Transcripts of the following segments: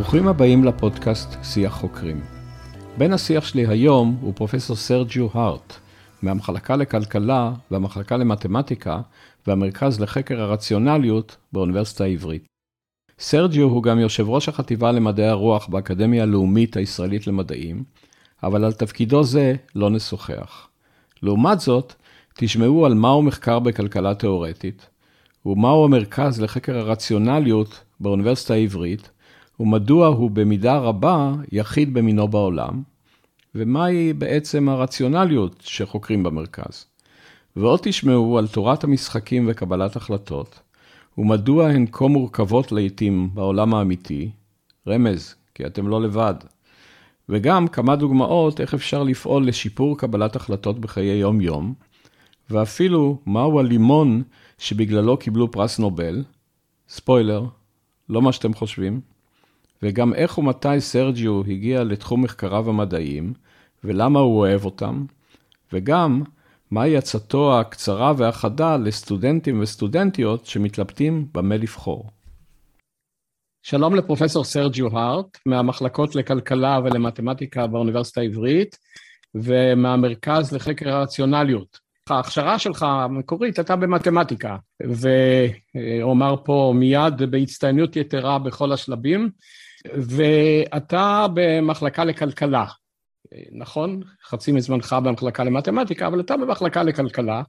ברוכים הבאים לפודקאסט שיח חוקרים. בן השיח שלי היום הוא פרופסור סרג'יו הארט, מהמחלקה לכלכלה והמחלקה למתמטיקה והמרכז לחקר הרציונליות באוניברסיטה העברית. סרג'יו הוא גם יושב ראש החטיבה למדעי הרוח באקדמיה הלאומית הישראלית למדעים, אבל על תפקידו זה לא נשוחח. לעומת זאת, תשמעו על מהו מחקר בכלכלה תיאורטית, ומהו המרכז לחקר הרציונליות באוניברסיטה העברית, ומדוע הוא במידה רבה יחיד במינו בעולם, ומהי בעצם הרציונליות שחוקרים במרכז. ועוד תשמעו על תורת המשחקים וקבלת החלטות, ומדוע הן כה מורכבות לעתים בעולם האמיתי, רמז, כי אתם לא לבד. וגם כמה דוגמאות איך אפשר לפעול לשיפור קבלת החלטות בחיי יום-יום, ואפילו מהו הלימון שבגללו קיבלו פרס נובל, ספוילר, לא מה שאתם חושבים, וגם איך ומתי סרג'יו הגיע לתחום מחקריו המדעיים, ולמה הוא אוהב אותם, וגם מהי עצתו הקצרה והחדה לסטודנטים וסטודנטיות שמתלבטים במה לבחור. שלום לפרופסור סרג'יו הארט, מהמחלקות לכלכלה ולמתמטיקה באוניברסיטה העברית, ומהמרכז לחקר הרציונליות. ההכשרה שלך המקורית הייתה במתמטיקה, ואומר פה מיד בהצטיינות יתרה בכל השלבים, ואתה במחלקה לכלכלה, נכון? חצי מזמנך במחלקה למתמטיקה, אבל אתה במחלקה לכלכלה,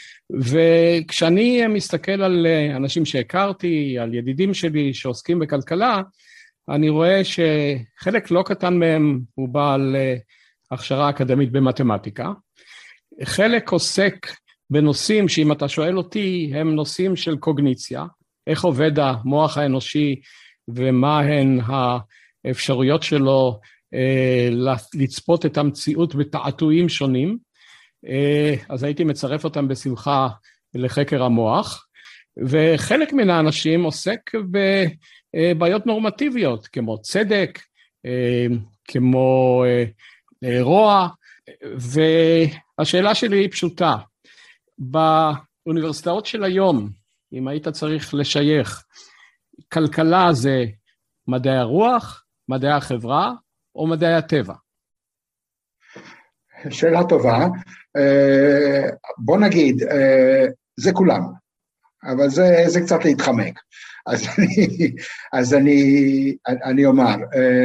וכשאני מסתכל על אנשים שהכרתי, על ידידים שלי שעוסקים בכלכלה, אני רואה שחלק לא קטן מהם הוא בעל הכשרה אקדמית במתמטיקה, חלק עוסק בנושאים שאם אתה שואל אותי הם נושאים של קוגניציה, איך עובד המוח האנושי ומה הן האפשרויות שלו לצפות את המציאות בתעתועים שונים, אז הייתי מצרף אותם בשמחה לחקר המוח, וחלק מן האנשים עוסק בבעיות נורמטיביות כמו צדק, כמו רוע, והשאלה שלי היא פשוטה, באוניברסיטאות של היום, אם היית צריך לשייך, כלכלה זה מדעי הרוח, מדעי החברה או מדעי הטבע? שאלה טובה, בוא נגיד, זה כולם, אבל זה קצת להתחמק, אז אני אומר,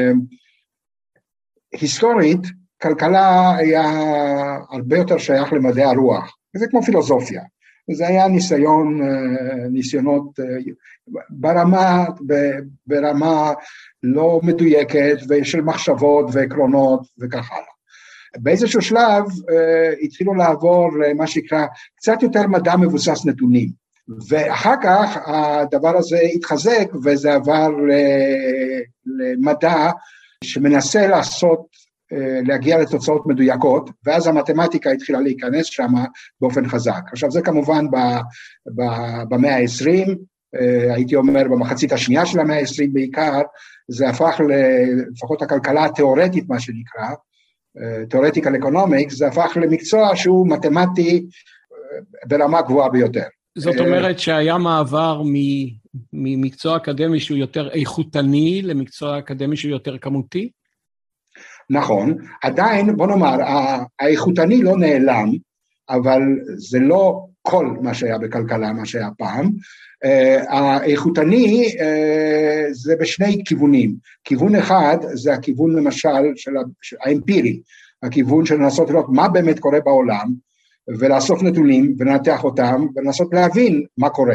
היסטורית, כלכלה היה הרבה יותר שייך למדעי הרוח, זה כמו פילוסופיה, זה היה ניסיונות ברמה לא מדויקת ושל מחשבות ועקרונות וכך הלאה. באיזשהו שלב התחילו לעבור מה שנקרא קצת יותר מדע מבוסס נתונים, ואחר כך הדבר הזה התחזק וזה עבר למדע שמנסה להגיע לתוצאות מדויקות, ואז המתמטיקה התחילה להיכנס שם באופן חזק. עכשיו זה כמובן במאה ה-20, הייתי אומר במחצית השנייה של המאה ה-20 בעיקר, זה הפך לפחות הכלכלה התיאורטית מה שנקרא, תיאורטיקל אקונומיקס, זה הפך למקצוע שהוא מתמטי ברמה גבוהה ביותר. זאת אומרת שהיה מעבר ממקצוע אקדמי שהוא יותר איכותני למקצוע אקדמי שהוא יותר כמותי? נכון, עדיין בוא נאמר, האיכותני לא נעלם, אבל זה לא כל מה שהיה בכלכלה, מה שהיה פעם, האיכותני זה בשני כיוונים, כיוון אחד זה הכיוון למשל האמפירי, הכיוון של לנסות לראות מה באמת קורה בעולם, ולאסוף נתונים ולנתח אותם, ולנסות להבין מה קורה.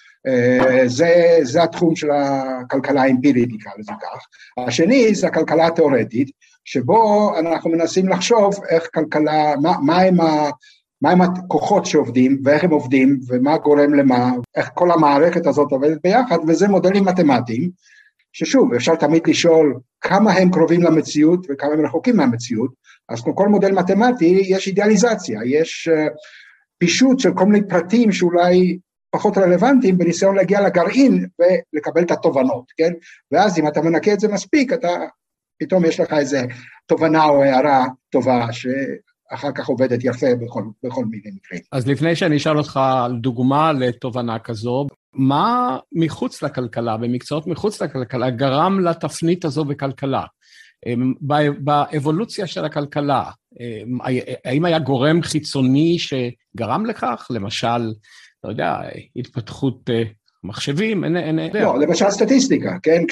זה התחום של הכלכלה האמפירית, נקרא לזה כך. השני זה הכלכלה התיאורטית, שבו אנחנו מנסים לחשוב איך כלכלה, מה הם הכוחות שעובדים, ואיך הם עובדים, ומה גורם למה, איך כל המערכת הזאת עובדת ביחד, וזה מודלים מתמטיים, ששוב, אפשר תמיד לשאול כמה הם קרובים למציאות, וכמה הם רחוקים מהמציאות, אז כמו כל מודל מתמטי, יש אידיאליזציה, יש פישוט של כל מיני פרטים שאולי פחות רלוונטיים, בניסיון להגיע לגרעין ולקבל את התובנות, כן? ואז אם אתה מנקה את זה מספיק, פתאום יש לך איזה תובנה או הערה טובה, שאחר כך עובדת יפה בכל מיני מקרים. אז לפני שאני אשאל אותך על דוגמה לתובנה כזו, מה מחוץ לכלכלה, במקצועות מחוץ לכלכלה, גרם לתפנית הזו בכלכלה? באבולוציה של הכלכלה, האם היה גורם חיצוני שגרם לכך? למשל, לא יודע, התפתחות מחשבים, אין יודע. לא, למשל סטטיסטיקה, כן?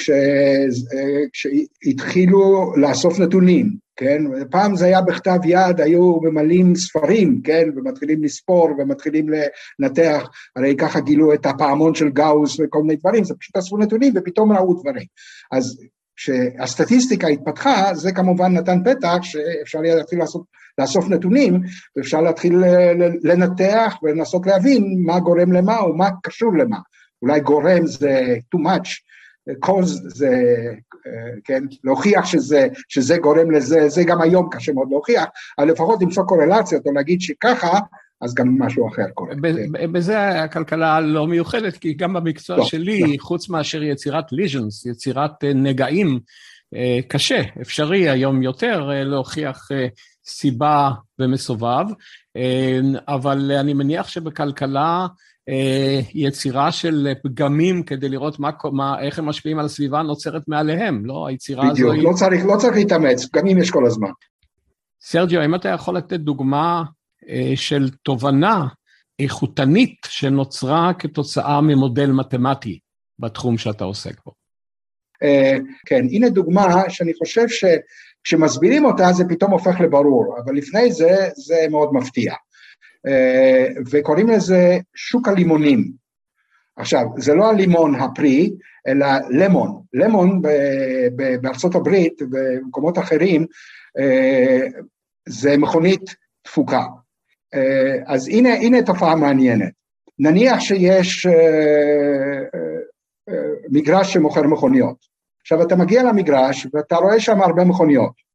כשהתחילו לאסוף נתונים, כן? פעם זה היה בכתב יד, היו ממלאים ספרים, כן? ומתחילים לספור ומתחילים לנתח, הרי ככה גילו את הפעמון של גאוס וכל מיני דברים, זה פשוט אספו נתונים ופתאום ראו דברים. אז כשהסטטיסטיקה התפתחה, זה כמובן נתן פתח שאפשר להתחיל לאסוף נתונים, ואפשר להתחיל לנתח ולנסות להבין מה גורם למה או מה קשור למה. אולי גורם זה too much, cause זה, כן, להוכיח שזה גורם לזה, זה גם היום קשה מאוד להוכיח, אבל לפחות למצוא קורלציות או להגיד שככה, אז גם משהו אחר קורה. בזה הכלכלה לא מיוחדת, כי גם במקצוע שלי, חוץ מאשר יצירת ליז'נס, יצירת נגעים, קשה, אפשרי היום יותר להוכיח סיבה ומסובב, אבל אני מניח שבכלכלה, יצירה של פגמים כדי לראות איך הם משפיעים על הסביבה נוצרת מעליהם, לא? היצירה בדיוק, הזו לא צריך להתאמץ, פגמים יש כל הזמן. סרג'יו, אם אתה יכול לתת דוגמה של תובנה איכותנית שנוצרה כתוצאה ממודל מתמטי בתחום שאתה עוסק בו. כן, הנה דוגמה שאני חושב שכשמסבירים אותה זה פתאום הופך לברור, אבל לפני זה מאוד מפתיע. וקוראים לזה שוק הלימונים. עכשיו, זה לא הלימון הפרי, אלא למון. למון בארצות הברית ובמקומות אחרים, זה מכונית דפוקה. אז הנה תופעה מעניינת. נניח שיש מגרש שמוכר מכוניות. עכשיו, אתה מגיע למגרש ואתה רואה שם הרבה מכוניות.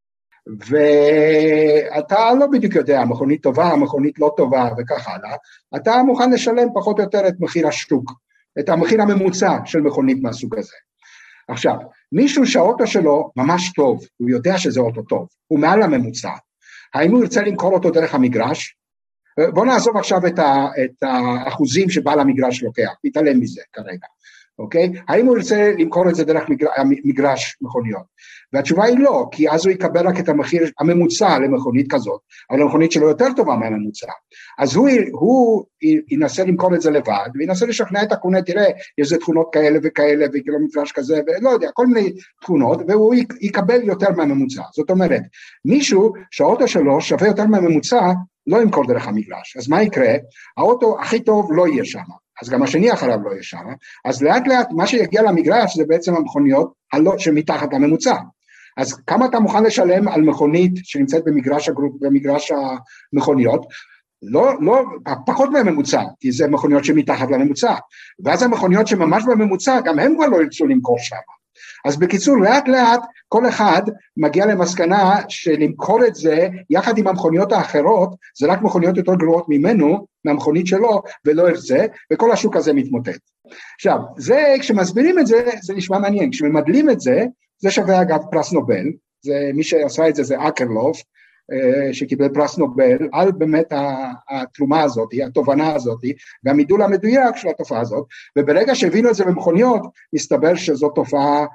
ואתה לא בדיוק יודע, מכונית טובה, מכונית לא טובה וכך הלאה, אתה מוכן לשלם פחות או יותר את מחיר השוק, את המחיר הממוצע של מכונית מהסוג הזה. עכשיו, מישהו שהאוטו שלו ממש טוב, הוא יודע שזה אוטו טוב, הוא מעל הממוצע, האם הוא ירצה למכור אותו דרך המגרש? בוא נעזוב עכשיו את האחוזים שבעל המגרש לוקח, נתעלם מזה כרגע. אוקיי? האם הוא ירצה למכור את זה דרך מגרש מכוניות? והתשובה היא לא, כי אז הוא יקבל רק את המחיר הממוצע למכונית כזאת, אבל המכונית שלו יותר טובה מהממוצע. אז הוא ינסה למכור את זה לבד, וינסה לשכנע את הקונה, תראה, יש זה תכונות כאלה וכאלה, וקילומטרז' כזה, ולא יודע, כל מיני תכונות, והוא יקבל יותר מהממוצע. זאת אומרת, מישהו שהאוטו שלו שווה יותר מהממוצע, לא ימכור דרך המגרש. אז מה יקרה? האוטו הכי טוב לא יהיה שם. אז גם השני אחריו לא יהיה שם, אז לאט לאט מה שיגיע למגרש זה בעצם המכוניות שמתחת לממוצע. אז כמה אתה מוכן לשלם על מכונית שנמצאת במגרש המכוניות? לא, פחות מהממוצע, כי זה מכוניות שמתחת לממוצע, ואז המכוניות שממש בממוצע, גם הם כבר לא ירצו למכור שם. אז בקיצור, לאט לאט כל אחד מגיע למסקנה שלמכור את זה יחד עם המכוניות האחרות, זה רק מכוניות יותר גרועות ממנו, מהמכונית שלו, ולא את זה, וכל השוק הזה מתמוטט. עכשיו, זה, כשמסבירים את זה, זה נשמע מעניין, כשממדלים את זה, זה שווה אגב פרס נובל, זה, מי שעשה את זה זה אקרלוף, שקיבל פרס נובל, על באמת התרומה הזאת, התובנה הזאת, והמידול המדויק של התופעה הזאת, וברגע שהבינו את זה במכוניות, מסתבר שזו תופעה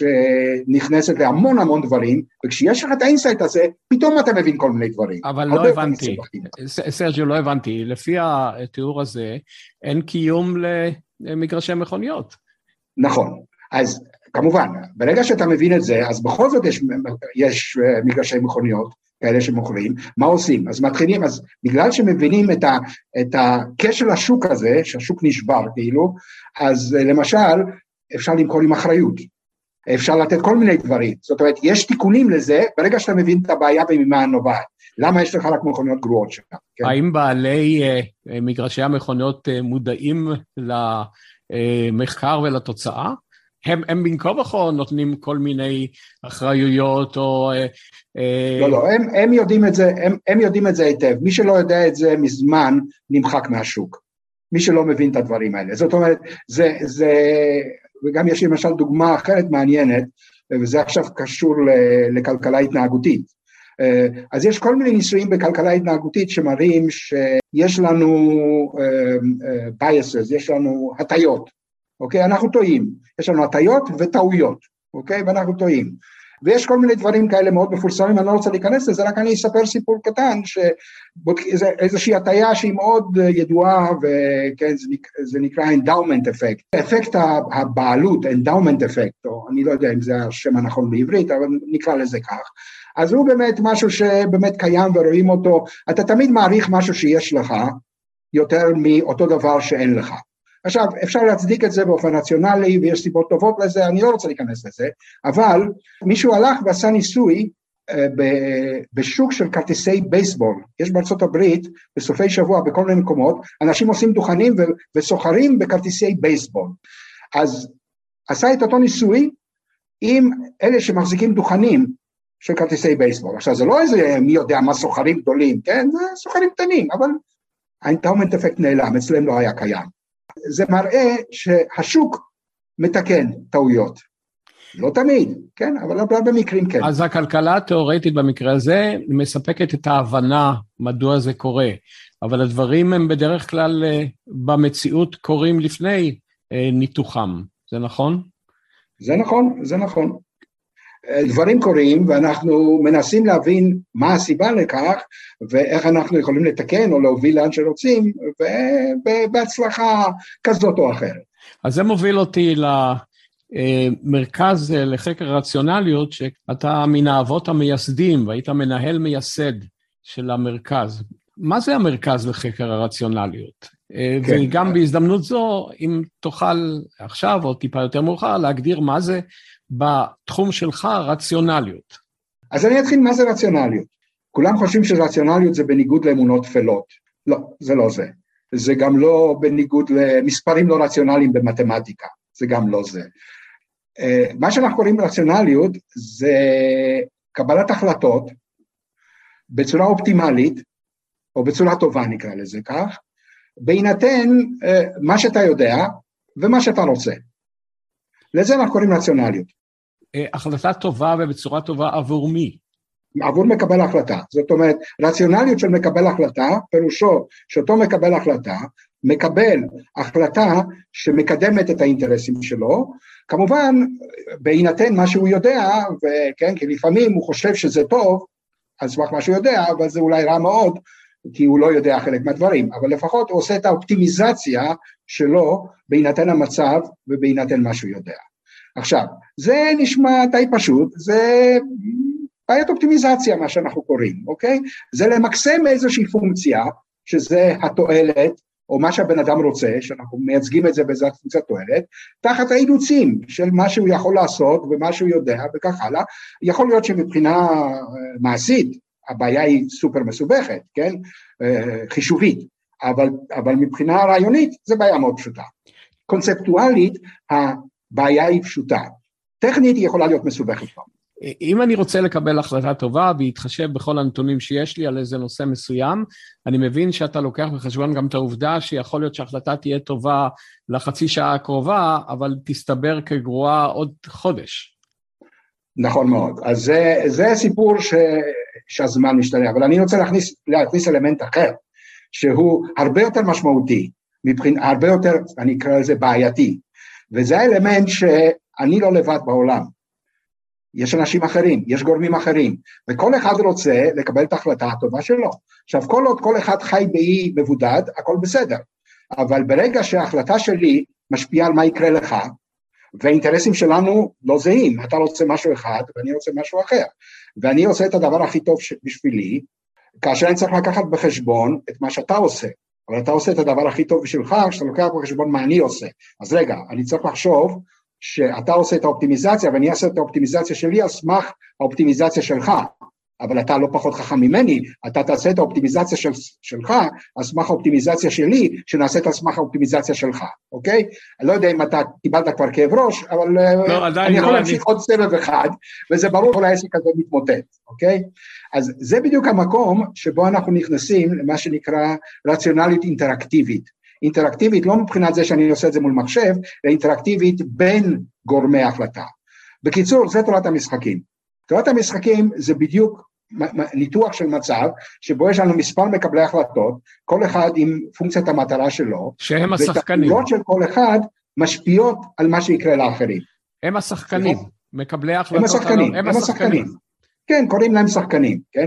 שנכנסת להמון המון דברים, וכשיש לך את האינסייט הזה, פתאום אתה מבין כל מיני דברים. אבל לא הבנתי, סרג'יו, לא הבנתי, לפי התיאור הזה, אין קיום למגרשי מכוניות. נכון, אז כמובן, ברגע שאתה מבין את זה, אז בכל זאת יש מגרשי מכוניות, כאלה שמוכרים, מה עושים? אז מתחילים, אז בגלל שמבינים את הכשל השוק הזה, שהשוק נשבר כאילו, אז למשל, אפשר למכור עם אחריות, אפשר לתת כל מיני דברים, זאת אומרת, יש תיקונים לזה, ברגע שאתה מבין את הבעיה וממה הנובעת, למה יש לך רק מכוניות גרועות שם? כן? האם בעלי מגרשי המכוניות מודעים למחקר ולתוצאה? הם במקום אחר נותנים כל מיני אחריויות או... לא, הם יודעים את זה היטב. מי שלא יודע את זה מזמן נמחק מהשוק. מי שלא מבין את הדברים האלה. זאת אומרת, וגם יש למשל דוגמה אחרת מעניינת, וזה עכשיו קשור לכלכלה התנהגותית. אז יש כל מיני ניסויים בכלכלה התנהגותית שמראים שיש לנו biases, יש לנו הטיות. אוקיי? אנחנו טועים, יש לנו הטעיות וטעויות, אוקיי? ואנחנו טועים. ויש כל מיני דברים כאלה מאוד מפורסמים, אני לא רוצה להיכנס לזה, רק אני אספר סיפור קטן, איזושהי הטעיה שהיא מאוד ידועה, וכן, זה נקרא endowment effect, אפקט הבעלות, endowment effect, או אני לא יודע אם זה השם הנכון בעברית, אבל נקרא לזה כך. אז הוא באמת משהו שבאמת קיים ורואים אותו, אתה תמיד מעריך משהו שיש לך, יותר מאותו דבר שאין לך. עכשיו, אפשר להצדיק את זה באופן רציונלי, ויש סיבות טובות לזה, אני לא רוצה להיכנס לזה, אבל מישהו הלך ועשה ניסוי בשוק של כרטיסי בייסבול, יש בארצות הברית, בסופי שבוע, בכל מיני מקומות, אנשים עושים דוכנים וסוחרים בכרטיסי בייסבול. אז עשה את אותו ניסוי עם אלה שמחזיקים דוכנים של כרטיסי בייסבול. עכשיו, זה לא איזה מי יודע מה סוחרים גדולים, כן? זה סוחרים קטנים, אבל האנטאומנט אפקט נעלם, אצלם לא היה קיים. זה מראה שהשוק מתקן טעויות. לא תמיד, כן? אבל במקרים כן. אז הכלכלה התיאורטית במקרה הזה מספקת את ההבנה מדוע זה קורה, אבל הדברים הם בדרך כלל במציאות קורים לפני ניתוחם, זה נכון? זה נכון, זה נכון. דברים קורים ואנחנו מנסים להבין מה הסיבה לכך ואיך אנחנו יכולים לתקן או להוביל לאן שרוצים ובהצלחה כזאת או אחרת. אז זה מוביל אותי למרכז לחקר הרציונליות שאתה מן האבות המייסדים והיית מנהל מייסד של המרכז. מה זה המרכז לחקר הרציונליות? כן. וגם בהזדמנות זו אם תוכל עכשיו או טיפה יותר מאוחר להגדיר מה זה בתחום שלך רציונליות. אז אני אתחיל מה זה רציונליות. כולם חושבים שרציונליות זה בניגוד לאמונות תפלות. לא, זה לא זה. זה גם לא בניגוד למספרים לא רציונליים במתמטיקה. זה גם לא זה. מה שאנחנו קוראים רציונליות זה קבלת החלטות בצורה אופטימלית, או בצורה טובה נקרא לזה כך, בהינתן מה שאתה יודע ומה שאתה רוצה. לזה אנחנו קוראים רציונליות. החלטה טובה ובצורה טובה עבור מי? עבור מקבל החלטה. זאת אומרת, רציונליות של מקבל החלטה, פירושו שאותו מקבל החלטה שמקדמת את האינטרסים שלו, כמובן, בהינתן מה שהוא יודע, וכן, כי לפעמים הוא חושב שזה טוב, על סמך מה שהוא יודע, אבל זה אולי רע מאוד, כי הוא לא יודע חלק מהדברים, אבל לפחות הוא עושה את האופטימיזציה שלו, בהינתן המצב ובהינתן מה שהוא יודע. עכשיו, זה נשמע די פשוט, זה בעיית אופטימיזציה, מה שאנחנו קוראים, אוקיי? זה למקסם איזושהי פונקציה, שזה התועלת, או מה שהבן אדם רוצה, שאנחנו מייצגים את זה בעזרת פונקציית תועלת, תחת האילוצים של מה שהוא יכול לעשות, ומה שהוא יודע, וכך הלאה. יכול להיות שמבחינה מעשית, הבעיה היא סופר מסובכת, כן? חישובית, אבל מבחינה רעיונית, זה בעיה מאוד פשוטה. קונספטואלית, הבעיה היא פשוטה. טכנית היא יכולה להיות מסובכת. אם אני רוצה לקבל החלטה טובה, והתחשב בכל הנתונים שיש לי על איזה נושא מסוים, אני מבין שאתה לוקח בחשבון גם את העובדה, שיכול להיות שההחלטה תהיה טובה לחצי שעה הקרובה, אבל תסתבר כגרועה עוד חודש. נכון מאוד. אז זה סיפור שהזמן משתנה, אבל אני רוצה להכניס אלמנט אחר, שהוא הרבה יותר משמעותי, הרבה יותר, אני אקרא לזה בעייתי, וזה האלמנט שאני לא לבד בעולם. יש אנשים אחרים, יש גורמים אחרים, וכל אחד רוצה לקבל את ההחלטה הטובה שלו. עכשיו, כל עוד כל אחד חי באי מבודד, הכל בסדר. אבל ברגע שההחלטה שלי משפיעה על מה יקרה לך, והאינטרסים שלנו לא זהים, אתה רוצה משהו אחד ואני רוצה משהו אחר, ואני עושה את הדבר הכי טוב בשבילי, כאשר אני צריך לקחת בחשבון את מה שאתה עושה, אבל אתה עושה את הדבר הכי טוב בשבילך, כשאתה לוקח בחשבון מה אני עושה. אז רגע, אני צריך לחשוב שאתה עושה את האופטימיזציה, ואני אעשה את האופטימיזציה שלי על סמך האופטימיזציה שלך, אבל אתה לא פחות חכם ממני, אתה תעשה את האופטימיזציה שלך, על סמך האופטימיזציה שלי, שנעשית על סמך האופטימיזציה שלך, אוקיי? אני לא יודע אם אתה קיבלת כבר כאב ראש, אבל לא, אני יכול להמשיך עוד סבב אחד, וזה ברור כל העסק הזה מתמוטט, אוקיי? אז זה בדיוק המקום שבו אנחנו נכנסים למה שנקרא רציונליות אינטראקטיבית. אינטראקטיבית לא מבחינת זה שאני עושה את זה מול מחשב, אלא אינטראקטיבית בין גורמי ההחלטה. בקיצור, זה תורת המשחקים. תורת המשחקים זה בדיוק ניתוח של מצב, שבו יש לנו מספר מקבלי החלטות, כל אחד עם פונקציית המטרה שלו. שהם השחקנים. ותפקידות של כל אחד משפיעות על מה שיקרה לאחרים. הם השחקנים, מקבלי ההחלטות. הם השחקנים. כן, קוראים להם שחקנים, כן?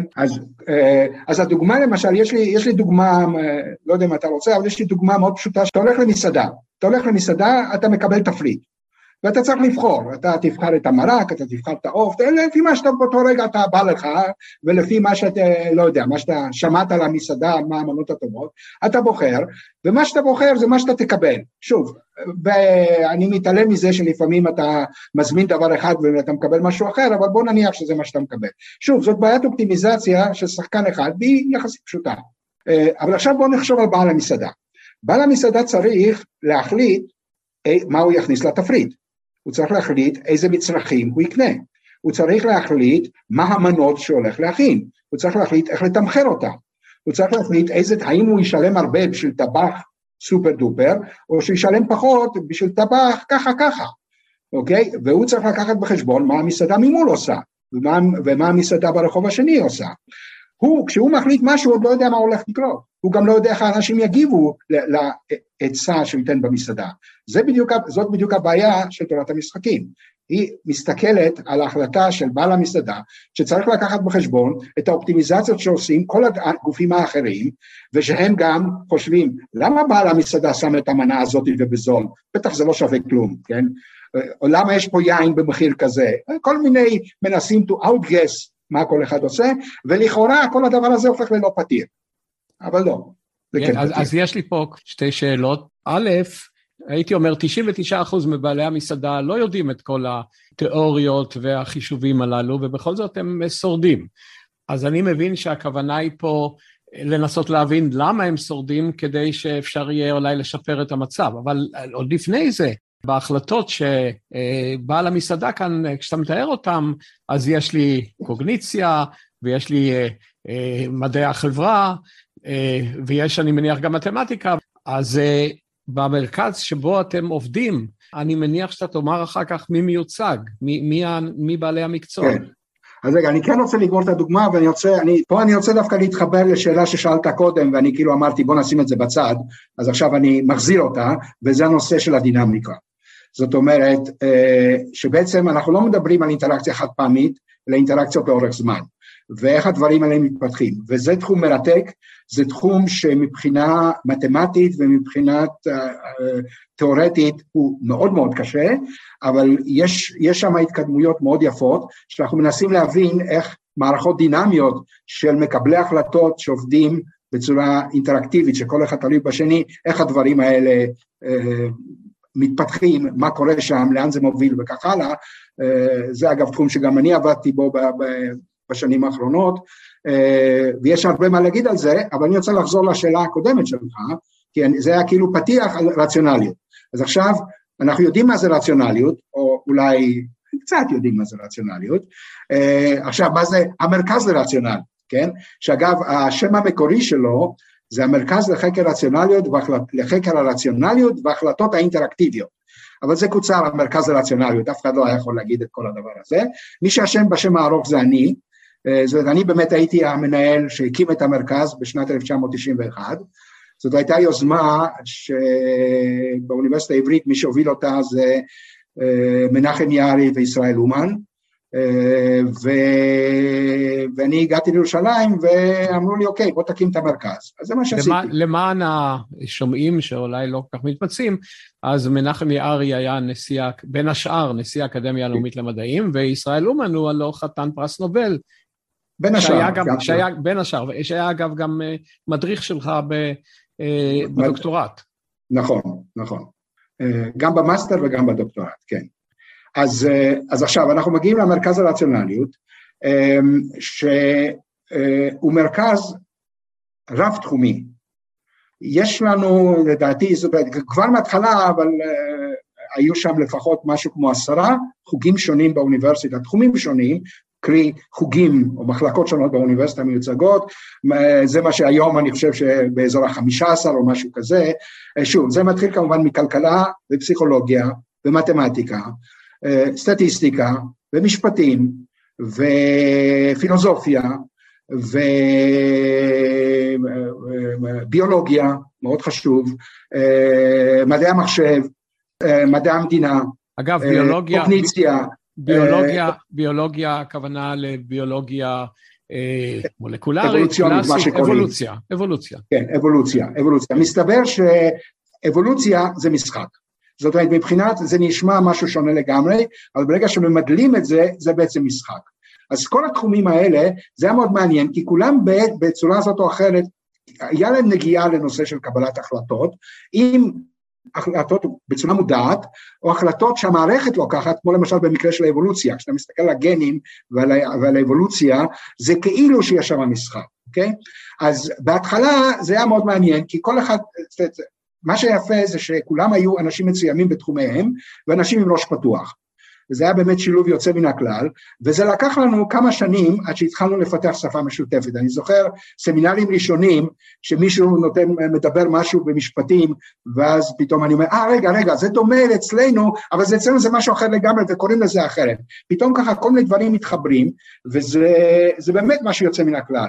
אז הדוגמה למשל, יש לי דוגמה, לא יודע אם אתה רוצה, אבל יש לי דוגמה מאוד פשוטה, שאתה הולך למסעדה, אתה מקבל תפריט, ואתה צריך לבחור, אתה תבחר את המרק, אתה תבחר את העוף, לפי מה שאתה באותו רגע אתה בא לך, ולפי מה שאתה, לא יודע, מה שאתה שמעת על המסעדה, מה המנות הטובות, אתה בוחר, ומה שאתה בוחר זה מה שאתה תקבל. שוב, ואני מתעלם מזה שלפעמים אתה מזמין דבר אחד ואתה מקבל משהו אחר, אבל בוא נניח שזה מה שאתה מקבל. שוב, זאת בעיית אופטימיזציה של שחקן אחד, והיא יחסית פשוטה. אבל עכשיו בוא נחשוב על בעל המסעדה. בעל המסעדה צריך להחליט מה הוא יכניס לתפריט. הוא צריך להחליט איזה מצרכים הוא יקנה. הוא צריך להחליט מה המנות שהולך להכין. הוא צריך להחליט איך לתמחר אותה. הוא צריך להחליט האם הוא ישלם הרבה בשביל טבח סופר דופר, או שישלם פחות בשביל טבח ככה, אוקיי? והוא צריך לקחת בחשבון מה המסעדה ממול עושה, ומה המסעדה ברחוב השני עושה. כשהוא מחליט משהו, הוא עוד לא יודע מה הולך לקרות. הוא גם לא יודע איך האנשים יגיבו להצעה שהוא ייתן במסעדה. זאת בדיוק הבעיה של תורת המשחקים. היא מסתכלת על ההחלטה של בעל המסעדה, שצריך לקחת בחשבון את האופטימיזציות שעושים כל הגופים האחרים, ושהם גם חושבים, למה בעל המסעדה שם את המנה הזאת ובזול? בטח זה לא שווה כלום, כן? או למה יש פה יין במחיר כזה? כל מיני מנסים to outguess מה כל אחד עושה, ולכאורה כל הדבר הזה הופך ללא פתיר. אבל לא. אז יש לי פה שתי שאלות. א', הייתי אומר 99% מבעלי המסעדה לא יודעים את כל התיאוריות והחישובים הללו, ובכל זאת הם שורדים. אז אני מבין שהכוונה היא פה לנסות להבין למה הם שורדים, כדי שאפשר יהיה אולי לשפר את המצב. אבל עוד לפני זה, בהחלטות שבעל המסעדה כאן, כשאתה מתאר אותם, אז יש לי קוגניציה, ויש לי מדעי החברה, ויש, אני מניח, גם מתמטיקה. אז במרכז שבו אתם עובדים, אני מניח שאתה תאמר אחר כך מי מיוצג, מי בעלי המקצוע. כן. אז רגע, אני כן רוצה לגמור את הדוגמה, פה אני רוצה דווקא להתחבר לשאלה ששאלת קודם, ואני כאילו אמרתי, בוא נשים את זה בצד, אז עכשיו אני מחזיר אותה, וזה הנושא של הדינמיקה. זאת אומרת, שבעצם אנחנו לא מדברים על אינטראקציה חד פעמית, אלא אינטראקציות לאורך זמן, ואיך הדברים האלה מתפתחים, וזה תחום מרתק, זה תחום שמבחינה מתמטית ומבחינת תיאורטית הוא מאוד מאוד קשה, אבל יש שם התקדמויות מאוד יפות, שאנחנו מנסים להבין איך מערכות דינמיות של מקבלי החלטות שעובדים בצורה אינטראקטיבית, שכל אחד תלוי בשני, איך הדברים האלה מתפתחים, מה קורה שם, לאן זה מוביל וכך הלאה. זה אגב תחום שגם אני עבדתי בו בשנים האחרונות, ויש הרבה מה להגיד על זה, אבל אני רוצה לחזור לשאלה הקודמת שלך, כי זה היה כאילו פתיח על רציונליות. אז עכשיו אנחנו יודעים מה זה רציונליות, או אולי קצת יודעים מה זה רציונליות, עכשיו מה זה המרכז לרציונליות, כן? שאגב השם המקורי שלו, זה המרכז לחקר הרציונליות וההחלטות האינטראקטיביות. אבל זה קוצר, המרכז לרציונליות, אף אחד לא היה יכול להגיד את כל הדבר הזה. מי שהשם בשם הארוך זה אני, אני באמת הייתי המנהל שהקים את המרכז בשנת 1991, זאת הייתה יוזמה שבאוניברסיטה העברית, מי שהוביל אותה זה מנחם יערי וישראל אומן, ואני הגעתי לירושלים ואמרו לי, אוקיי, בוא תקים את המרכז. אז זה מה שעשיתי. למען השומעים שאולי לא כל כך מתמצאים, אז מנחם יערי היה בין השאר נשיא האקדמיה הלאומית למדעים, וישראל אומן הוא הלא חתן פרס נובל. בין השאר. בין השאר, שהיה אגב גם מדריך שלך בדוקטורט. נכון. גם במאסטר וגם בדוקטורט, כן. אז עכשיו אנחנו מגיעים למרכז הרציונליות, שהוא מרכז רב תחומי. יש לנו, לדעתי, כבר מההתחלה, אבל היו שם לפחות משהו כמו 10 חוגים שונים באוניברסיטה, תחומים שונים, קרי חוגים או מחלקות שונות באוניברסיטה מיוצגות, זה מה שהיום אני חושב שבאזור ה-15 או משהו כזה. שוב, זה מתחיל כמובן מכלכלה ופסיכולוגיה ומתמטיקה, סטטיסטיקה ומשפטים ופילוסופיה וביולוגיה, מאוד חשוב, מדעי המחשב, מדעי המדינה, אגב, קוגניציה. ביולוגיה, הכוונה לביולוגיה מולקולרית, קלאסית, אבולוציה. כן, אבולוציה. מסתבר שאבולוציה זה משחק. זאת אומרת, מבחינת זה נשמע משהו שונה לגמרי, אבל ברגע שממדלים את זה, זה בעצם משחק. אז כל התחומים האלה, זה היה מאוד מעניין, כי כולם בצורה הזאת או אחרת, היה להם נגיעה לנושא של קבלת החלטות, עם החלטות בצורה מודעת, או החלטות שהמערכת לוקחת, כמו למשל במקרה של האבולוציה, כשאתה מסתכל על הגנים ועל האבולוציה, זה כאילו שיש שם משחק, אוקיי? אז בהתחלה זה היה מאוד מעניין, כי כל אחד, מה שיפה זה שכולם היו אנשים מצוימים בתחומיהם, ואנשים עם ראש פתוח. וזה היה באמת שילוב יוצא מן הכלל, וזה לקח לנו כמה שנים עד שהתחלנו לפתח שפה משותפת. אני זוכר סמינרים ראשונים, שמישהו מדבר משהו במשפטים, ואז פתאום אני אומר, רגע, זה דומה אצלנו, אבל אצלנו זה משהו אחר לגמרי, וקוראים לזה אחרת. פתאום ככה כל מיני דברים מתחברים, וזה באמת משהו יוצא מן הכלל.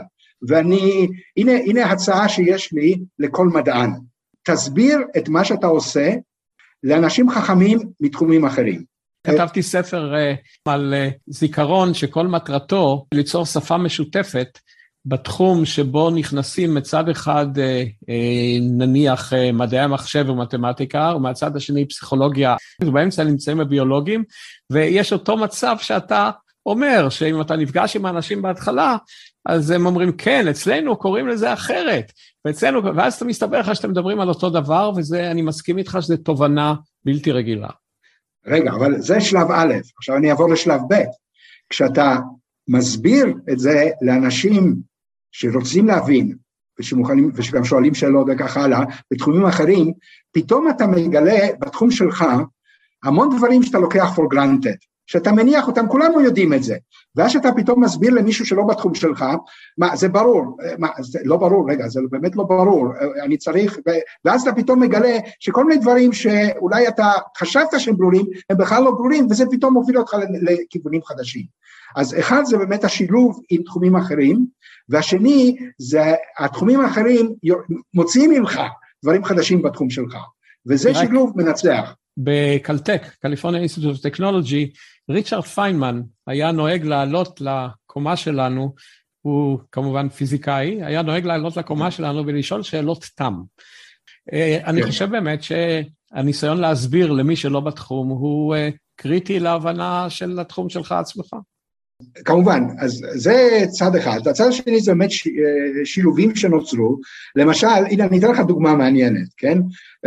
הנה הצעה שיש לי לכל מדען. תסביר את מה שאתה עושה לאנשים חכמים מתחומים אחרים. כתבתי ספר על זיכרון שכל מטרתו ליצור שפה משותפת בתחום שבו נכנסים מצד אחד נניח מדעי המחשב ומתמטיקה, ומהצד השני פסיכולוגיה, ובאמצע נמצאים הביולוגים, ויש אותו מצב שאתה אומר שאם אתה נפגש עם האנשים בהתחלה, אז הם אומרים כן, אצלנו קוראים לזה אחרת, ואז אתה מסתבר לך שאתם מדברים על אותו דבר, וזה אני מסכים איתך שזה תובנה בלתי רגילה. רגע, אבל זה שלב א', עכשיו אני אעבור לשלב ב', כשאתה מסביר את זה לאנשים שרוצים להבין, ושגם שואלים שאלות וכך הלאה, בתחומים אחרים, פתאום אתה מגלה בתחום שלך, המון דברים שאתה לוקח for granted, שאתה מניח אותם, כולנו יודעים את זה, ואז שאתה פתאום מסביר למישהו שלא בתחום שלך, זה ברור, זה לא ברור, רגע, זה באמת לא ברור, אני צריך, ואז אתה פתאום מגלה שכל מיני דברים שאולי אתה חשבת שהם ברורים, הם בכלל לא ברורים, וזה פתאום מוביל אותך לכיוונים חדשים. אז אחד זה באמת השילוב עם תחומים אחרים, והשני זה התחומים האחרים מוציאים ממך דברים חדשים בתחום שלך, וזה שילוב מנצח. בקלטק, קליפורניה אינסטיטוט אוף טכנולוגי, ריצ'רד פיינמן היה נוהג לעלות לקומה שלנו, הוא כמובן פיזיקאי, היה נוהג לעלות לקומה שלנו ולשאול שאלות תם. אני חושב באמת שהניסיון להסביר למי שלא בתחום הוא קריטי להבנה של התחום שלך עצמך. כמובן, אז זה צד אחד. הצד השני זה באמת שילובים שנוצרו, למשל, הנה אני אתן לך דוגמה מעניינת, כן?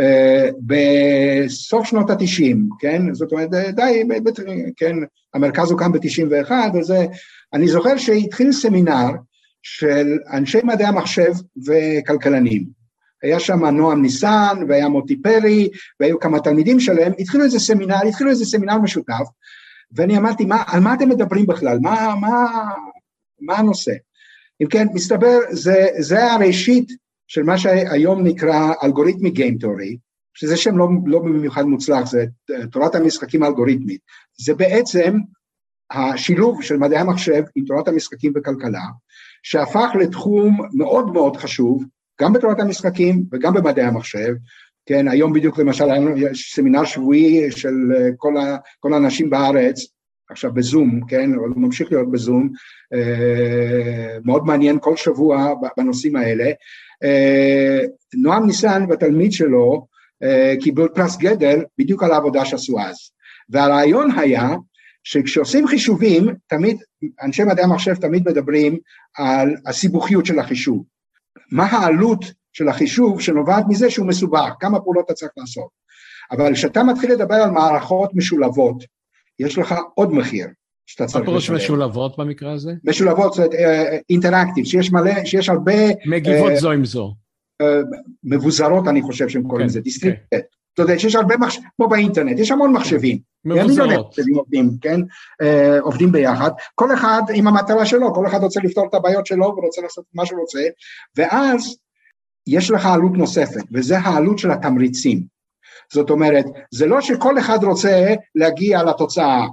בסוף שנות ה-90, כן? זאת אומרת, כן, המרכז הוקם ב-91, וזה, אני זוכר שהתחיל סמינר של אנשי מדעי המחשב וכלכלנים. היה שם נועם ניסן, והיה מוטי פרי, והיו כמה תלמידים שלהם, התחילו איזה סמינר משותף, ואני אמרתי, על מה אתם מדברים בכלל? מה הנושא? אם כן, מסתבר, זה הראשית של מה שהיום נקרא אלגוריתמי גיים תיאורי, שזה שם לא במיוחד מוצלח, זה תורת המשחקים האלגוריתמית. זה בעצם השילוב של מדעי המחשב עם תורת המשחקים בכלכלה, שהפך לתחום מאוד מאוד חשוב, גם בתורת המשחקים וגם במדעי המחשב, כן, היום בדיוק למשל יש סמינר שבועי של כל האנשים בארץ, עכשיו בזום, כן, אבל הוא ממשיך להיות בזום, מאוד מעניין כל שבוע בנושאים האלה. נועם ניסן והתלמיד שלו קיבל פרס גדל בדיוק על העבודה שעשו אז. והרעיון היה שכשעושים חישובים, תמיד, אנשי מדעי המחשב תמיד מדברים על הסיבוכיות של החישוב. מה העלות של החישוב שנובעת מזה שהוא מסובך, כמה פעולות אתה צריך לעשות. אבל כשאתה מתחיל לדבר על מערכות משולבות, יש לך עוד מחיר שאתה צריך לשלם. מה פירוש משולבות במקרה הזה? משולבות, זאת אינטראקטיב, שיש הרבה... מגיבות זו עם זו. מבוזרות, אני חושב שהם קוראים לזה, דיסטריבוטד. זאת אומרת, שיש הרבה מחשבים, כמו באינטרנט, יש המון מחשבים. מבוזרות. כן? עובדים ביחד, כל אחד עם המטרה שלו, כל אחד רוצה לפתור את הבעיות שלו, ורוצה לעשות מה שהוא רוצה, ואז יש לך עלות נוספת, וזה העלות של התמריצים. זאת אומרת, זה לא שכל אחד רוצה להגיע לתוצאה,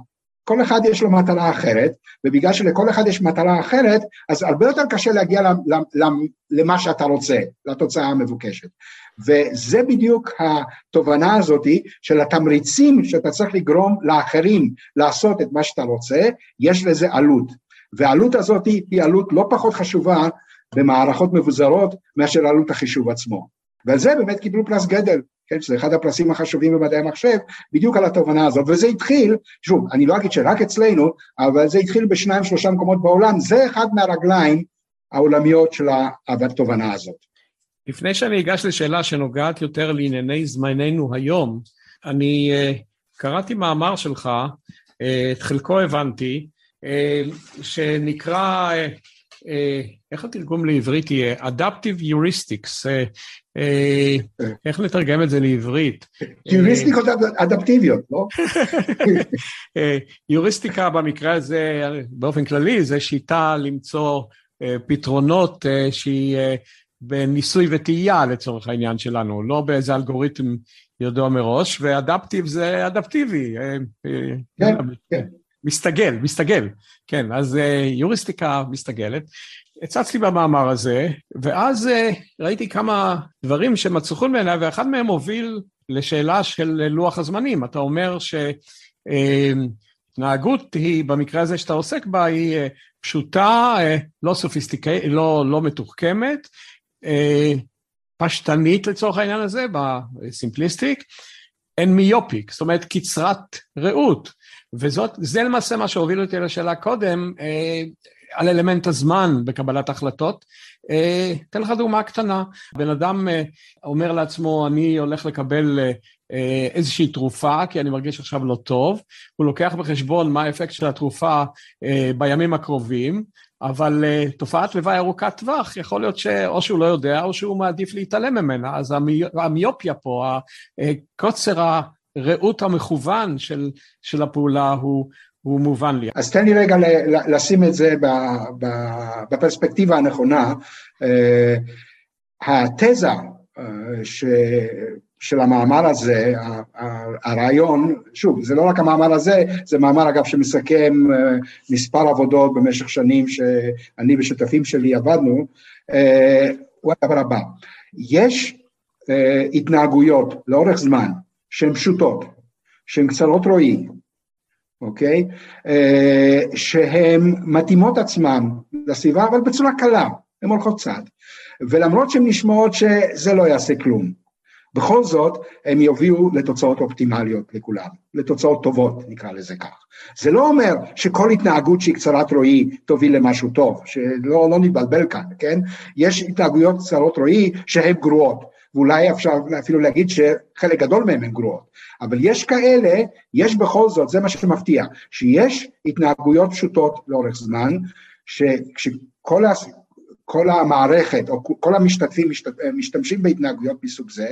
כל אחד יש לו מטרה אחרת, ובגלל שלכל אחד יש מטרה אחרת, אז הרבה יותר קשה להגיע למה שאתה רוצה, לתוצאה המבוקשת. וזה בדיוק התובנה הזאת של התמריצים שאתה צריך לגרום לאחרים לעשות את מה שאתה רוצה, יש לזה עלות. והעלות הזאת היא עלות לא פחות חשובה במערכות מבוזרות מאשר עלות החישוב עצמו. ועל זה באמת קיבלו פרס גדל, כן, שזה אחד הפרסים החשובים במדעי המחשב, בדיוק על התובנה הזאת, וזה התחיל, שוב, אני לא אגיד שרק אצלנו, אבל זה התחיל ב2-3 מקומות בעולם, זה אחד מהרגליים העולמיות של התובנה הזאת. לפני שאני אגש לשאלה שנוגעת יותר לענייני זמננו היום, אני קראתי מאמר שלך, את חלקו הבנתי, שנקרא, איך התרגום לעברית יהיה? Adaptive Heuristics, איך נתרגם את זה לעברית? Heuristics אדפטיביות, לא? יוריסטיקה במקרה הזה, באופן כללי, זה שיטה למצוא פתרונות שהיא בניסוי וטעייה לצורך העניין שלנו, לא באיזה אלגוריתם ידוע מראש, ואדפטיב זה אדפטיבי. כן, כן. מסתגל, כן, אז יוריסטיקה מסתגלת, הצצתי במאמר הזה, ואז ראיתי כמה דברים שמצאו בעיניי, ואחד מהם הוביל לשאלה של לוח הזמנים. אתה אומר שהתנהגות היא, במקרה הזה שאתה עוסק בה, היא פשוטה, לא מתוחכמת, פשטנית לצורך העניין הזה, בסימפליסטיק, אין מיופיק, זאת אומרת קצרת ראות, וזה למעשה מה שהוביל אותי לשאלה קודם, על אלמנט הזמן בקבלת החלטות. אתן לך דוגמה קטנה, בן אדם אומר לעצמו, אני הולך לקבל איזושהי תרופה, כי אני מרגיש עכשיו לא טוב, הוא לוקח בחשבון מה האפקט של התרופה בימים הקרובים, אבל תופעת לוואי ארוכת טווח, יכול להיות או שהוא לא יודע, או שהוא מעדיף להתעלם ממנה, אז המיופיה פה, קוצר הראות המכוון של הפעולה הוא מובן לי. אז תן לי רגע לשים את זה בפרספקטיבה הנכונה. התזה של המאמר הזה, הרעיון, שוב, זה לא רק המאמר הזה, זה מאמר אגב שמסכם מספר עבודות במשך שנים שאני ושותפים שלי עבדנו, הוא הדבר הבא. יש התנהגויות לאורך זמן שהן פשוטות, שהן קצרות רואי, אוקיי? שהן מתאימות עצמם לסביבה, אבל בצורה קלה, הן הולכות צד. ולמרות שהן נשמעות שזה לא יעשה כלום, בכל זאת הם יובילו לתוצאות אופטימליות לכולם, לתוצאות טובות נקרא לזה כך. זה לא אומר שכל התנהגות שהיא קצרת רואי תוביל למשהו טוב, שלא נתבלבל כאן, כן? יש התנהגויות קצרות רואי שהן גרועות, ואולי אפשר אפילו להגיד שחלק גדול מהן הן גרועות, אבל יש כאלה, יש בכל זאת, זה מה שמפתיע, שיש התנהגויות פשוטות לאורך זמן, כל המערכת, או כל המשתתפים משתמשים בהתנהגויות מסוג זה,